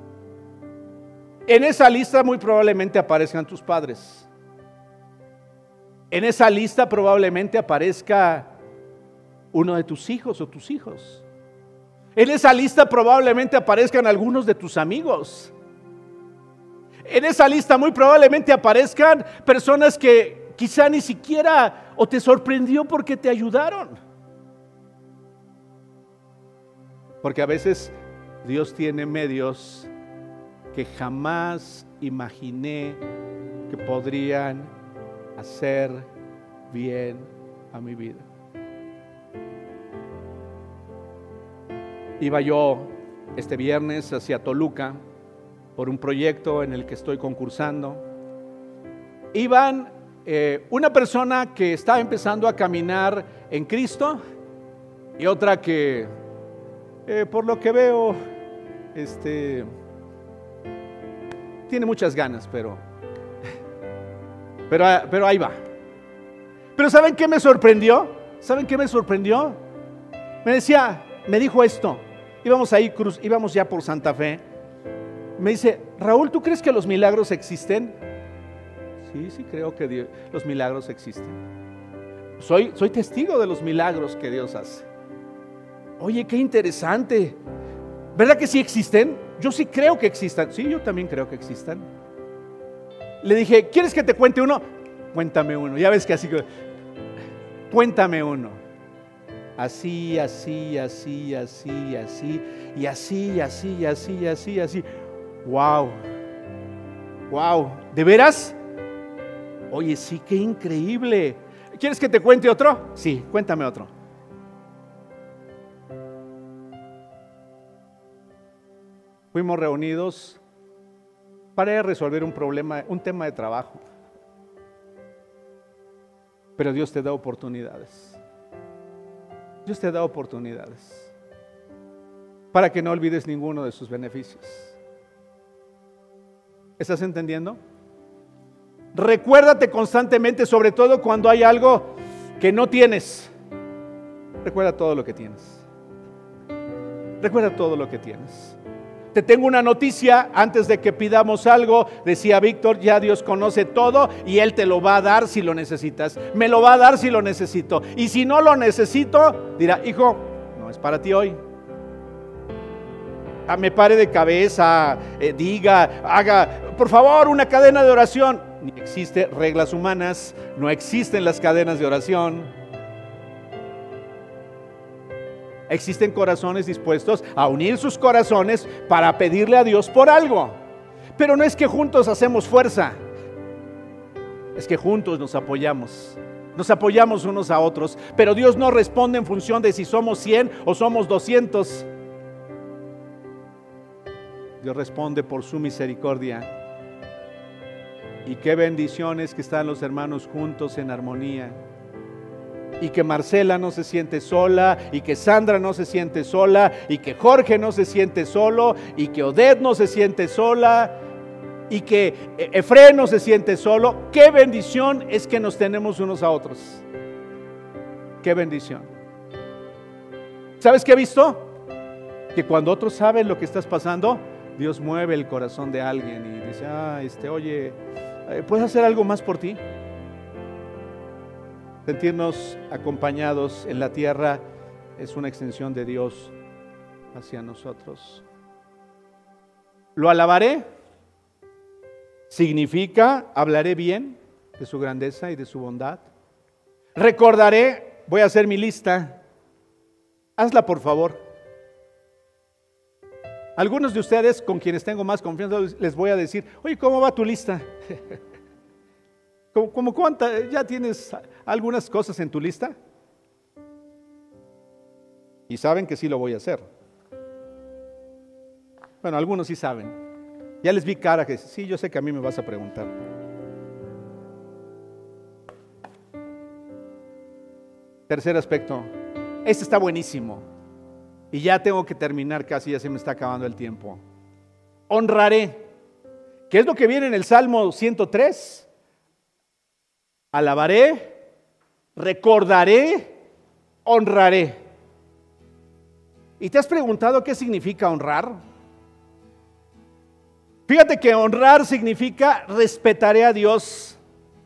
En esa lista muy probablemente aparezcan tus padres. En esa lista probablemente aparezca uno de tus hijos o tus hijos. En esa lista probablemente aparezcan algunos de tus amigos. En esa lista muy probablemente aparezcan personas que quizá ni siquiera o te sorprendió porque te ayudaron. Porque a veces Dios tiene medios que jamás imaginé que podrían hacer bien a mi vida. Iba yo este viernes hacia Toluca por un proyecto en el que estoy concursando. Iban una persona que estaba empezando a caminar en Cristo y otra que por lo que veo tiene muchas ganas, pero ahí va. Pero ¿saben qué me sorprendió? ¿Saben qué me sorprendió? Me dijo esto. Íbamos ya por Santa Fe. Me dice, Raúl, ¿tú crees que los milagros existen? Sí, creo que los milagros existen. Soy testigo de los milagros que Dios hace. Oye, qué interesante. ¿Verdad que sí existen? Yo sí creo que existan. Sí, yo también creo que existan. Le dije, ¿quieres que te cuente uno? Cuéntame uno. Ya ves que así, cuéntame uno. Así, y así. Wow. ¿De veras? Oye, sí, qué increíble. ¿Quieres que te cuente otro? Sí, cuéntame otro. Fuimos reunidos para resolver un problema, un tema de trabajo. Pero Dios te da oportunidades. Dios te da oportunidades para que no olvides ninguno de sus beneficios. ¿Estás entendiendo? Recuérdate constantemente, sobre todo cuando hay algo que no tienes. Recuerda todo lo que tienes. Recuerda todo lo que tienes. Te tengo una noticia, antes de que pidamos algo, decía Víctor, ya Dios conoce todo y Él te lo va a dar si lo necesitas. Me lo va a dar si lo necesito. Y si no lo necesito, dirá, hijo, no es para ti hoy. Me pare de cabeza, diga, haga, por favor, una cadena de oración. Ni existen reglas humanas, no existen las cadenas de oración. Existen corazones dispuestos a unir sus corazones para pedirle a Dios por algo. Pero no es que juntos hacemos fuerza, es que juntos nos apoyamos unos a otros. Pero Dios no responde en función de si somos 100 o somos 200. Dios responde por su misericordia. Y qué bendiciones que están los hermanos juntos en armonía. Y que Marcela no se siente sola, y que Sandra no se siente sola, y que Jorge no se siente solo, y que Odette no se siente sola, y que Efraín no se siente solo. Qué bendición es que nos tenemos unos a otros. Qué bendición. ¿Sabes qué he visto? Que cuando otros saben lo que estás pasando, Dios mueve el corazón de alguien y dice, oye, ¿puedes hacer algo más por ti? Sentirnos acompañados en la tierra es una extensión de Dios hacia nosotros. Lo alabaré, significa hablaré bien de su grandeza y de su bondad. Recordaré, voy a hacer mi lista. Hazla por favor. Algunos de ustedes con quienes tengo más confianza les voy a decir, oye, ¿cómo va tu lista? ¿Cómo cuánta? ¿Ya tienes algunas cosas en tu lista? Y saben que sí lo voy a hacer. Bueno, algunos sí saben. Ya les vi cara que sí, yo sé que a mí me vas a preguntar. Tercer aspecto. Este está buenísimo. Y ya tengo que terminar casi, ya se me está acabando el tiempo. Honraré. ¿Qué es lo que viene en el Salmo 103? Alabaré, recordaré, honraré. ¿Y te has preguntado qué significa honrar? Fíjate que honrar significa respetaré a Dios.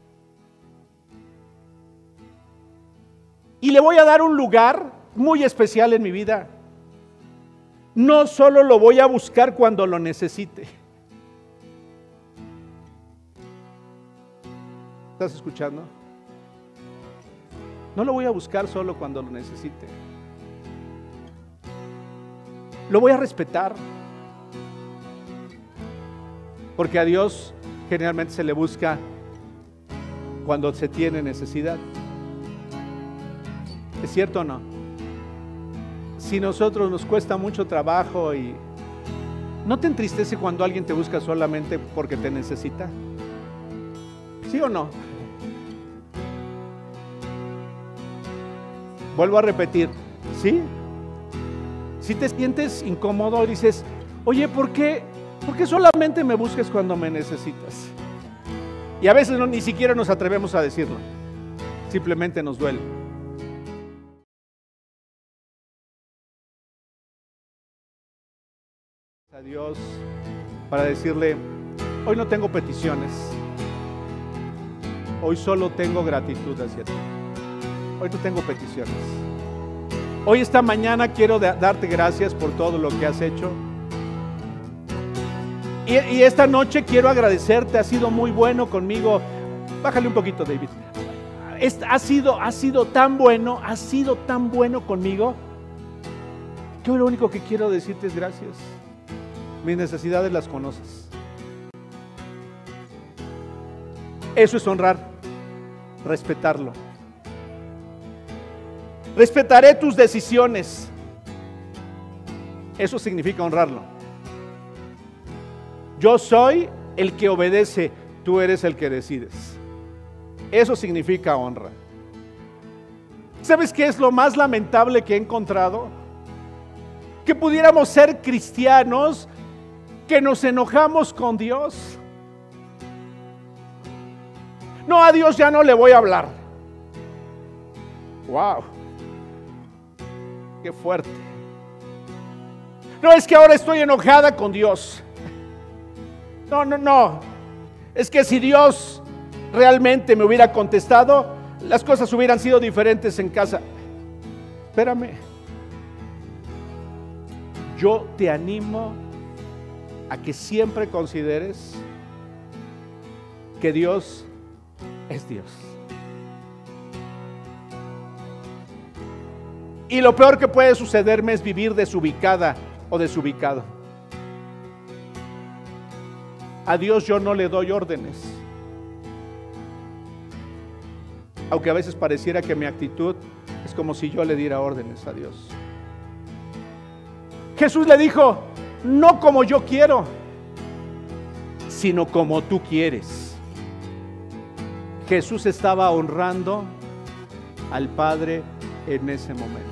Y le voy a dar un lugar muy especial en mi vida. No solo lo voy a buscar cuando lo necesite. ¿Estás escuchando? No lo voy a buscar solo cuando lo necesite. Lo voy a respetar. Porque a Dios generalmente se le busca cuando se tiene necesidad. ¿Es cierto o no? Si nosotros nos cuesta mucho trabajo y ¿no te entristece cuando alguien te busca solamente porque te necesita? ¿Sí o no? Vuelvo a repetir, ¿sí? Si te sientes incómodo y dices, oye, ¿por qué solamente me buscas cuando me necesitas? Y a veces ni siquiera nos atrevemos a decirlo, simplemente nos duele. A Dios para decirle, hoy no tengo peticiones, hoy solo tengo gratitud hacia ti. Hoy no tengo peticiones. Hoy esta mañana quiero darte gracias por todo lo que has hecho. Y esta noche quiero agradecerte, has sido muy bueno conmigo. Bájale un poquito, David. Has sido tan bueno conmigo, que lo único que quiero decirte es gracias. Mis necesidades las conoces. Eso es honrar, respetarlo. Respetaré tus decisiones. Eso significa honrarlo. Yo soy el que obedece, tú eres el que decides. Eso significa honra. ¿Sabes qué es lo más lamentable que he encontrado? Que pudiéramos ser cristianos que nos enojamos con Dios No, a Dios ya no le voy a hablar. Wow, qué fuerte. No, es que ahora estoy enojada con Dios. No. Es que si Dios realmente me hubiera contestado, las cosas hubieran sido diferentes en casa. Espérame. Yo te animo a que siempre consideres que Dios es Dios. Y lo peor que puede sucederme es vivir desubicada o desubicado. A Dios yo no le doy órdenes. Aunque a veces pareciera que mi actitud es como si yo le diera órdenes a Dios. Jesús le dijo, no como yo quiero, sino como tú quieres. Jesús estaba honrando al Padre en ese momento.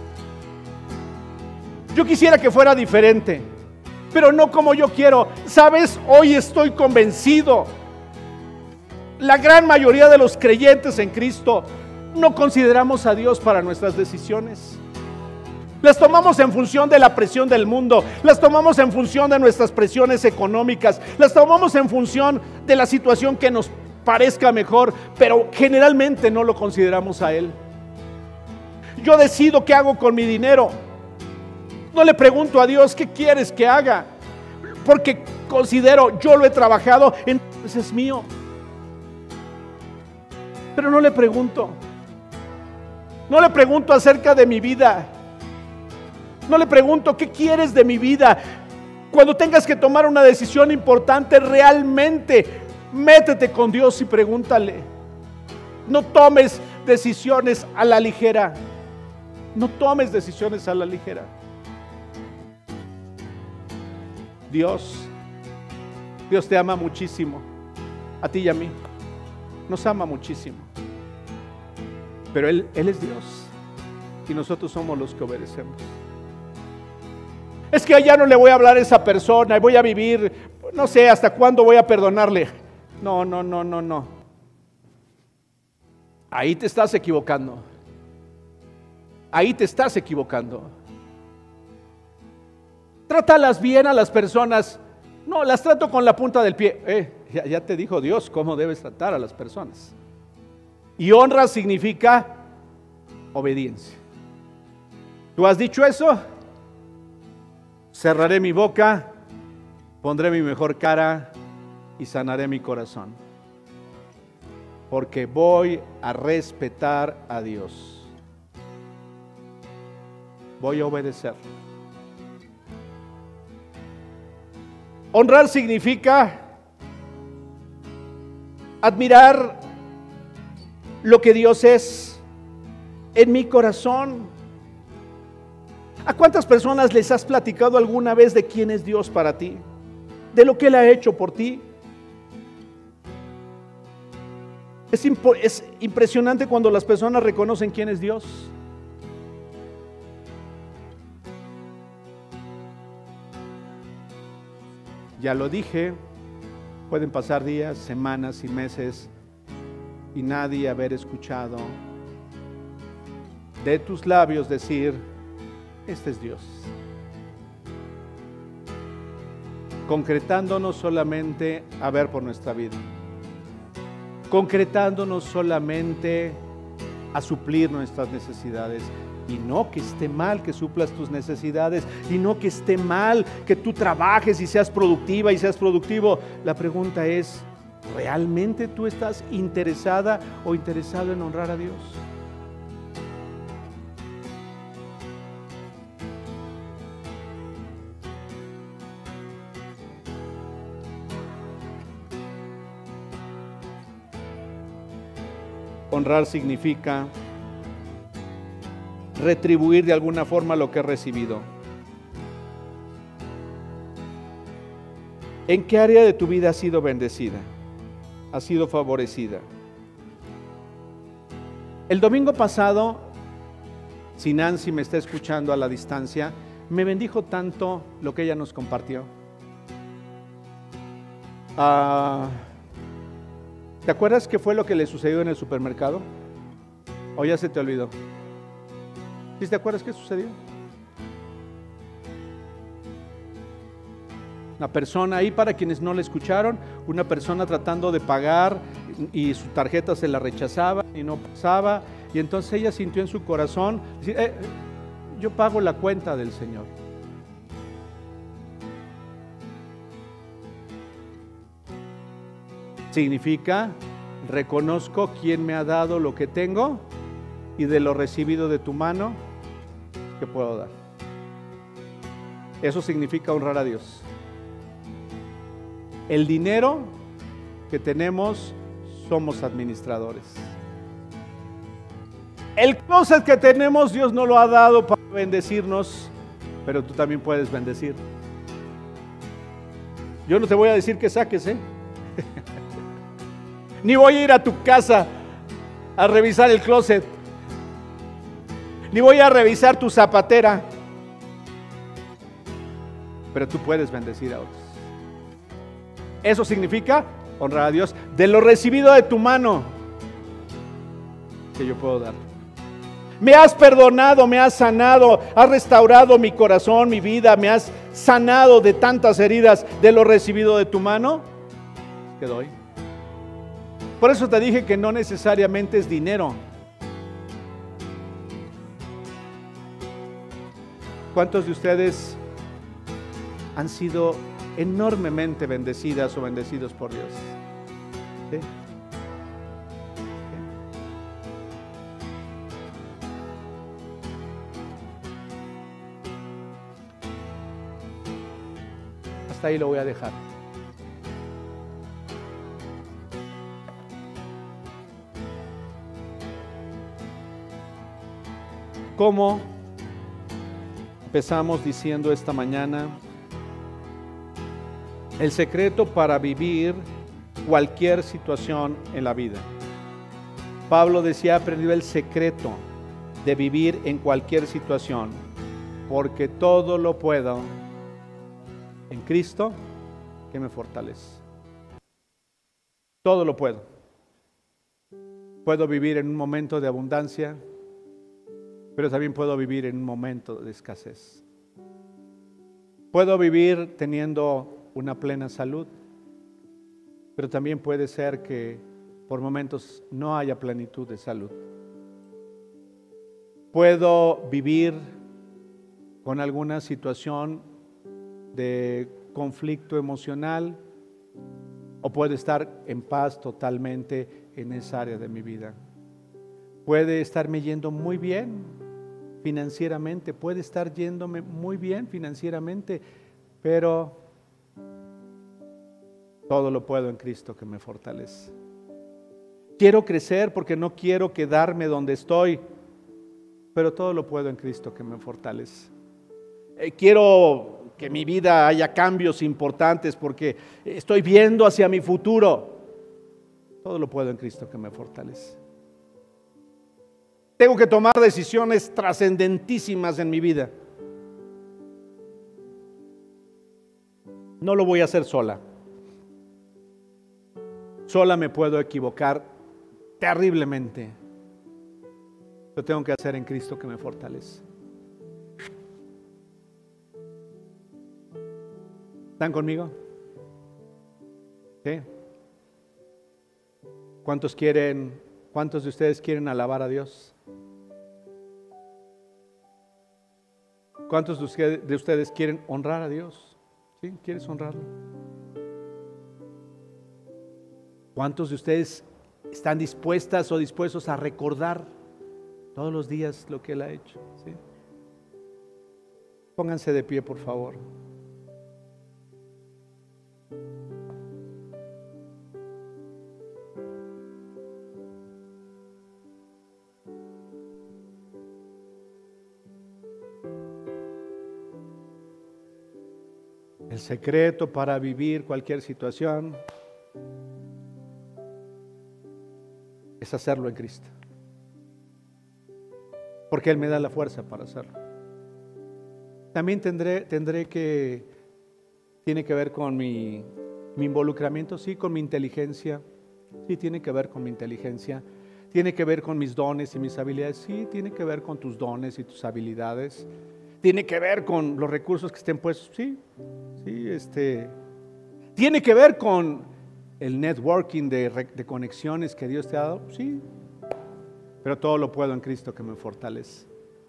Yo quisiera que fuera diferente, pero no como yo quiero. ¿Sabes? Hoy estoy convencido. La gran mayoría de los creyentes en Cristo no consideramos a Dios para nuestras decisiones. Las tomamos en función de la presión del mundo, las tomamos en función de nuestras presiones económicas, las tomamos en función de la situación que nos parezca mejor, pero generalmente no lo consideramos a Él. Yo decido qué hago con mi dinero. No le pregunto a Dios qué quieres que haga, porque considero, yo lo he trabajado, entonces es mío. Pero no le pregunto acerca de mi vida. No le pregunto qué quieres de mi vida. Cuando tengas que tomar una decisión importante, realmente métete con Dios y pregúntale. No tomes decisiones a la ligera. No tomes decisiones a la ligera. Dios te ama muchísimo, a ti y a mí. Nos ama muchísimo. Pero Él es Dios y nosotros somos los que obedecemos. Es que ya no le voy a hablar a esa persona y voy a vivir, no sé hasta cuándo voy a perdonarle. No. Ahí te estás equivocando. Ahí te estás equivocando. Trátalas bien a las personas. No, las trato con la punta del pie. Ya te dijo Dios cómo debes tratar a las personas. Y honra significa obediencia. ¿Tú has dicho eso? Cerraré mi boca, pondré mi mejor cara y sanaré mi corazón. Porque voy a respetar a Dios. Voy a obedecer. Honrar significa admirar lo que Dios es en mi corazón. ¿A cuántas personas les has platicado alguna vez de quién es Dios para ti? De lo que Él ha hecho por ti. Es impresionante cuando las personas reconocen quién es Dios. Ya lo dije, pueden pasar días, semanas y meses y nadie haber escuchado de tus labios decir, este es Dios. Concretándonos solamente a ver por nuestra vida. Concretándonos solamente a suplir nuestras necesidades. Y no que esté mal que suplas tus necesidades, y no que esté mal que tú trabajes y seas productiva y seas productivo. La pregunta es, ¿realmente tú estás interesada o interesado en honrar a Dios? Honrar significa retribuir de alguna forma lo que he recibido. ¿En qué área de tu vida has sido bendecida? ¿Has sido favorecida? El domingo pasado, si Nancy me está escuchando a la distancia, me bendijo tanto lo que ella nos compartió. ¿Te acuerdas qué fue lo que le sucedió en el supermercado? ¿O ya se te olvidó? ¿Sí te acuerdas qué sucedió? Una persona ahí, para quienes no la escucharon, una persona tratando de pagar y su tarjeta se la rechazaba y no pasaba, y entonces ella sintió en su corazón decir, yo pago la cuenta del Señor. Significa, reconozco quién me ha dado lo que tengo y de lo recibido de tu mano, ¿qué puedo dar? Eso significa honrar a Dios. El dinero que tenemos, somos administradores. El closet que tenemos, Dios nos lo ha dado para bendecirnos, pero tú también puedes bendecir. Yo no te voy a decir que saques, ni voy a ir a tu casa a revisar el closet, ni voy a revisar tu zapatera, pero tú puedes bendecir a otros. Eso significa honrar a Dios. De lo recibido de tu mano, que yo puedo dar. Me has perdonado, me has sanado, has restaurado mi corazón, mi vida, me has sanado de tantas heridas. De lo recibido de tu mano, te doy. Por eso te dije que no necesariamente es dinero. ¿Cuántos de ustedes han sido enormemente bendecidas o bendecidos por Dios? ¿Sí? Hasta ahí lo voy a dejar. ¿Cómo empezamos diciendo esta mañana? El secreto para vivir cualquier situación en la vida. Pablo decía, he aprendido el secreto de vivir en cualquier situación, porque todo lo puedo en Cristo que me fortalece. Todo lo puedo. Puedo vivir en un momento de abundancia, pero también puedo vivir en un momento de escasez. Puedo vivir teniendo una plena salud, pero también puede ser que por momentos no haya plenitud de salud. Puedo vivir con alguna situación de conflicto emocional, o puedo estar en paz totalmente en esa área de mi vida. Puede estarme yendo muy bien financieramente, puede estar yéndome muy bien financieramente, pero todo lo puedo en Cristo que me fortalece. Quiero crecer porque no quiero quedarme donde estoy, pero todo lo puedo en Cristo que me fortalece. Quiero que mi vida haya cambios importantes porque estoy viendo hacia mi futuro. Todo lo puedo en Cristo que me fortalece. Tengo que tomar decisiones trascendentísimas en mi vida. No lo voy a hacer sola. Sola me puedo equivocar terriblemente. Lo tengo que hacer en Cristo que me fortalece. ¿Están conmigo? ¿Sí? ¿Cuántos de ustedes quieren alabar a Dios? ¿Cuántos de ustedes quieren honrar a Dios? ¿Sí? ¿Quieres honrarlo? ¿Cuántos de ustedes están dispuestas o dispuestos a recordar todos los días lo que Él ha hecho? ¿Sí? Pónganse de pie, por favor. El secreto para vivir cualquier situación es hacerlo en Cristo, porque Él me da la fuerza para hacerlo. También tiene que ver con mi involucramiento, sí, con mi inteligencia, Sí, tiene que ver con mi inteligencia, tiene que ver con mis dones y mis habilidades. Sí, tiene que ver con tus dones y tus habilidades. Tiene que ver con los recursos que estén puestos. Sí, tiene que ver con el networking de conexiones que Dios te ha dado. Sí, pero todo lo puedo en Cristo que me fortalece.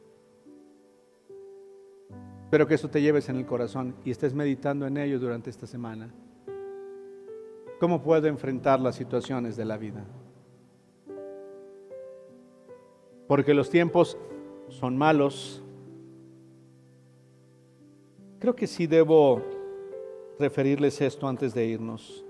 Espero que eso te lleves en el corazón y estés meditando en ello durante esta semana. ¿Cómo puedo enfrentar las situaciones de la vida? Porque los tiempos son malos. Creo que sí debo referirles esto antes de irnos.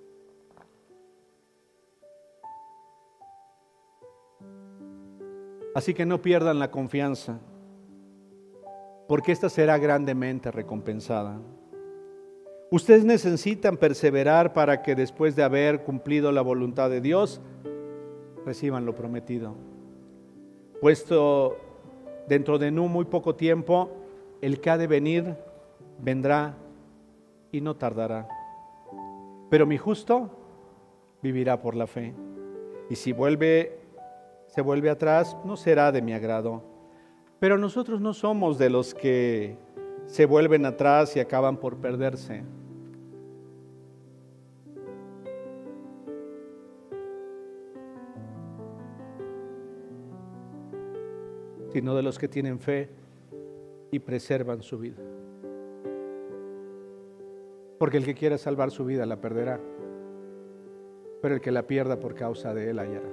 Así que no pierdan la confianza, porque esta será grandemente recompensada. Ustedes necesitan perseverar para que después de haber cumplido la voluntad de Dios, reciban lo prometido. Puesto dentro de no muy poco tiempo, el que ha de venir, vendrá y no tardará. Pero mi justo vivirá por la fe. Y si se vuelve atrás, no será de mi agrado. Pero nosotros no somos de los que se vuelven atrás y acaban por perderse. Sino de los que tienen fe y preservan su vida. Porque el que quiera salvar su vida la perderá, pero el que la pierda por causa de él hallará.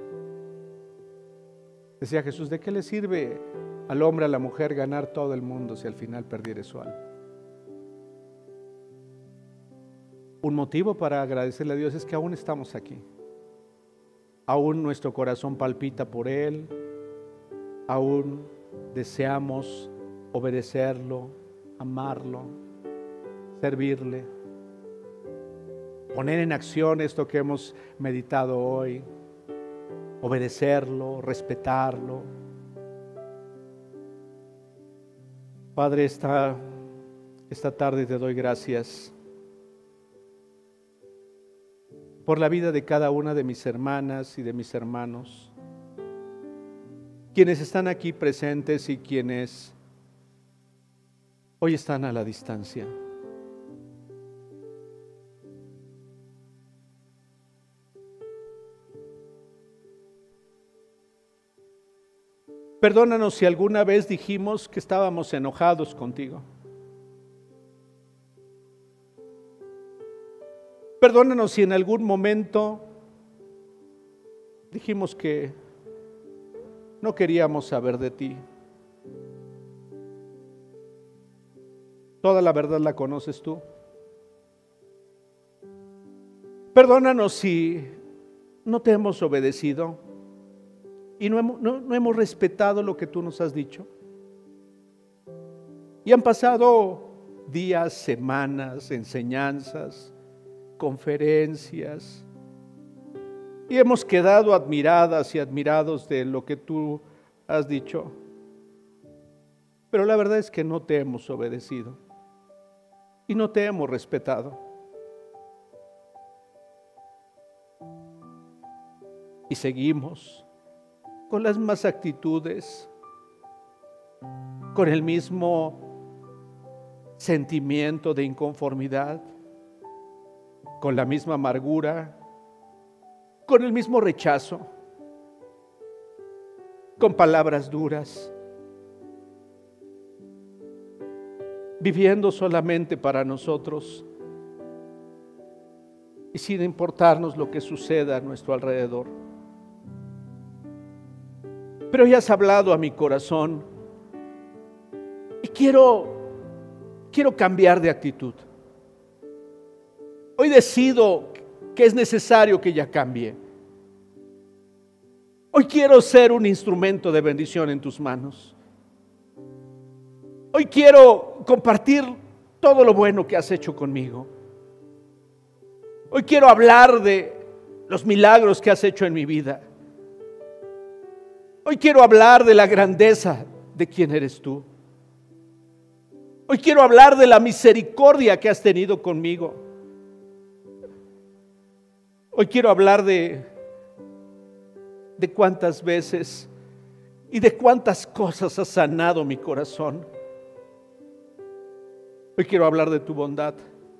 Decía Jesús, ¿de qué le sirve al hombre, a la mujer ganar todo el mundo si al final perdiere su alma? Un motivo para agradecerle a Dios es que aún estamos aquí. Aún nuestro corazón palpita por Él. Aún deseamos obedecerlo, amarlo, servirle, poner en acción esto que hemos meditado hoy, obedecerlo, respetarlo. Padre, esta tarde te doy gracias por la vida de cada una de mis hermanas y de mis hermanos, quienes están aquí presentes y quienes hoy están a la distancia. Perdónanos si alguna vez dijimos que estábamos enojados contigo. Perdónanos si en algún momento dijimos que no queríamos saber de ti. Toda la verdad la conoces tú. Perdónanos si no te hemos obedecido y no hemos respetado lo que tú nos has dicho. Y han pasado días, semanas, enseñanzas, conferencias, y hemos quedado admiradas y admirados de lo que tú has dicho. Pero la verdad es que no te hemos obedecido y no te hemos respetado. Y seguimos con las mismas actitudes, con el mismo sentimiento de inconformidad, con la misma amargura, con el mismo rechazo, con palabras duras, viviendo solamente para nosotros y sin importarnos lo que suceda a nuestro alrededor. Pero ya has hablado a mi corazón y quiero cambiar de actitud. Hoy decido que es necesario que ya cambie. Hoy quiero ser un instrumento de bendición en tus manos. Hoy quiero compartir todo lo bueno que has hecho conmigo. Hoy quiero hablar de los milagros que has hecho en mi vida. Hoy quiero hablar de la grandeza de quién eres tú. Hoy quiero hablar de la misericordia que has tenido conmigo. Hoy quiero hablar de de cuántas veces y de cuántas cosas has sanado mi corazón. Hoy quiero hablar de tu bondad.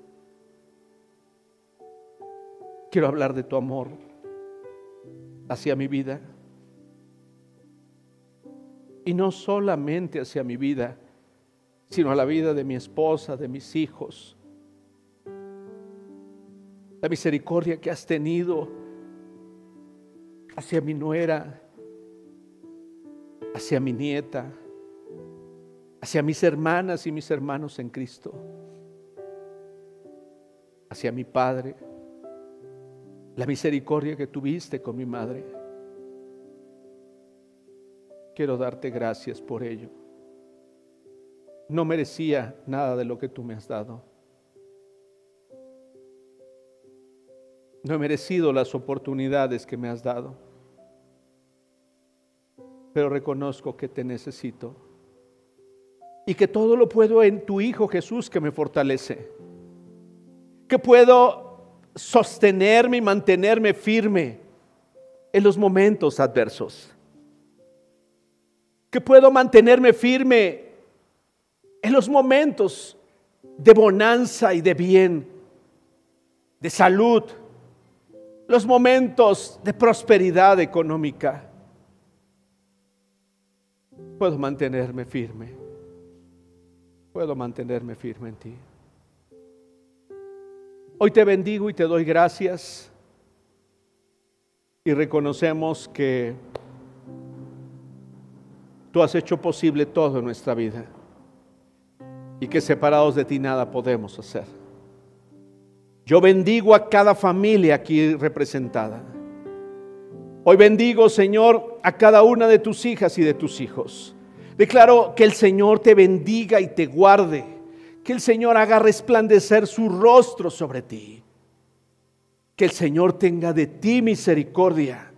Quiero hablar de tu amor hacia mi vida. Y no solamente hacia mi vida, sino a la vida de mi esposa, de mis hijos. La misericordia que has tenido hacia mi nuera, hacia mi nieta, hacia mis hermanas y mis hermanos en Cristo, hacia mi padre, la misericordia que tuviste con mi madre. Quiero darte gracias por ello. No merecía nada de lo que tú me has dado. No he merecido las oportunidades que me has dado, pero reconozco que te necesito y que todo lo puedo en tu Hijo Jesús que me fortalece, que puedo sostenerme y mantenerme firme en los momentos adversos, que puedo mantenerme firme en los momentos de bonanza y de bien, de salud, los momentos de prosperidad económica. Puedo mantenerme firme. Puedo mantenerme firme en ti. Hoy te bendigo y te doy gracias. Y reconocemos que tú has hecho posible todo en nuestra vida. Y que separados de ti nada podemos hacer. Yo bendigo a cada familia aquí representada. Hoy bendigo, Señor, a cada una de tus hijas y de tus hijos. Declaro que el Señor te bendiga y te guarde, que el Señor haga resplandecer su rostro sobre ti, que el Señor tenga de ti misericordia,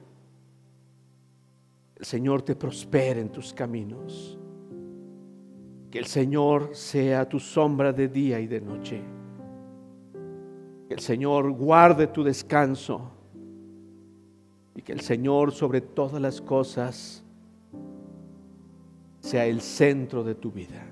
el Señor te prospere en tus caminos, que el Señor sea tu sombra de día y de noche, que el Señor guarde tu descanso y que el Señor sobre todas las cosas sea el centro de tu vida.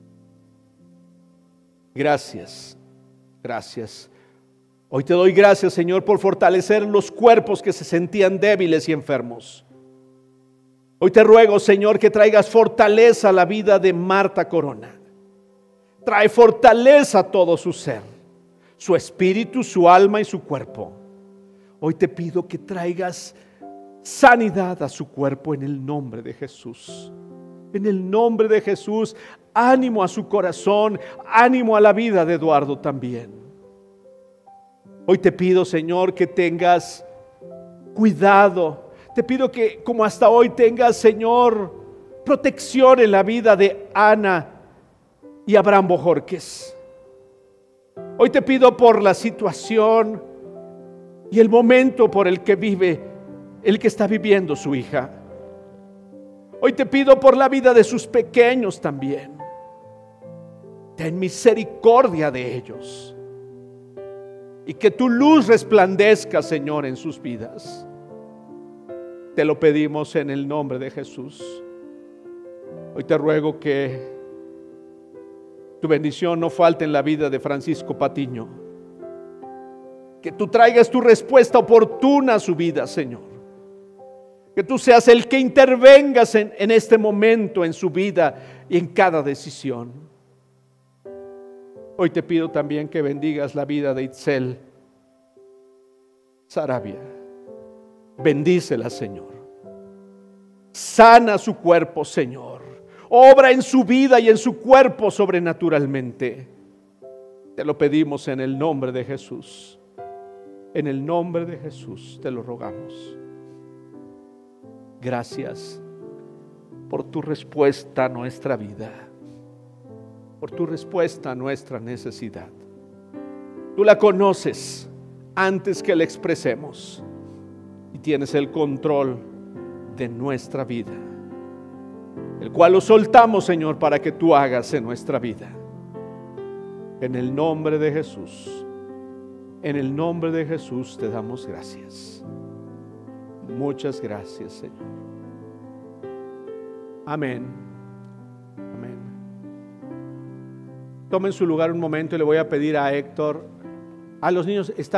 Gracias, gracias. Hoy te doy gracias, Señor, por fortalecer los cuerpos que se sentían débiles y enfermos. Hoy te ruego, Señor, que traigas fortaleza a la vida de Marta Corona. Trae fortaleza a todo su ser, su espíritu, su alma y su cuerpo. Hoy te pido que traigas sanidad a su cuerpo en el nombre de Jesús. En el nombre de Jesús, ánimo a su corazón, ánimo a la vida de Eduardo también. Hoy te pido, Señor, que tengas cuidado. Te pido que, como hasta hoy, tengas, Señor, protección en la vida de Ana y Abraham Bojorquez. Hoy te pido por la situación y el momento por el que está viviendo su hija. Hoy te pido por la vida de sus pequeños también. Ten misericordia de ellos. Y que tu luz resplandezca, Señor, en sus vidas. Te lo pedimos en el nombre de Jesús. Hoy te ruego que tu bendición no falte en la vida de Francisco Patiño. Que tú traigas tu respuesta oportuna a su vida, Señor. Que tú seas el que intervengas en este momento en su vida y en cada decisión. Hoy te pido también que bendigas la vida de Itzel Sarabia. Bendícela, Señor. Sana su cuerpo, Señor. Obra en su vida y en su cuerpo sobrenaturalmente. Te lo pedimos en el nombre de Jesús. En el nombre de Jesús te lo rogamos. Gracias por tu respuesta a nuestra vida, por tu respuesta a nuestra necesidad. Tú la conoces antes que la expresemos y tienes el control de nuestra vida, el cual lo soltamos, Señor, para que tú hagas en nuestra vida. En el nombre de Jesús, en el nombre de Jesús te damos gracias. Muchas gracias, Señor. Amén. Amén. Tomen su lugar un momento y le voy a pedir a Héctor, a los niños, está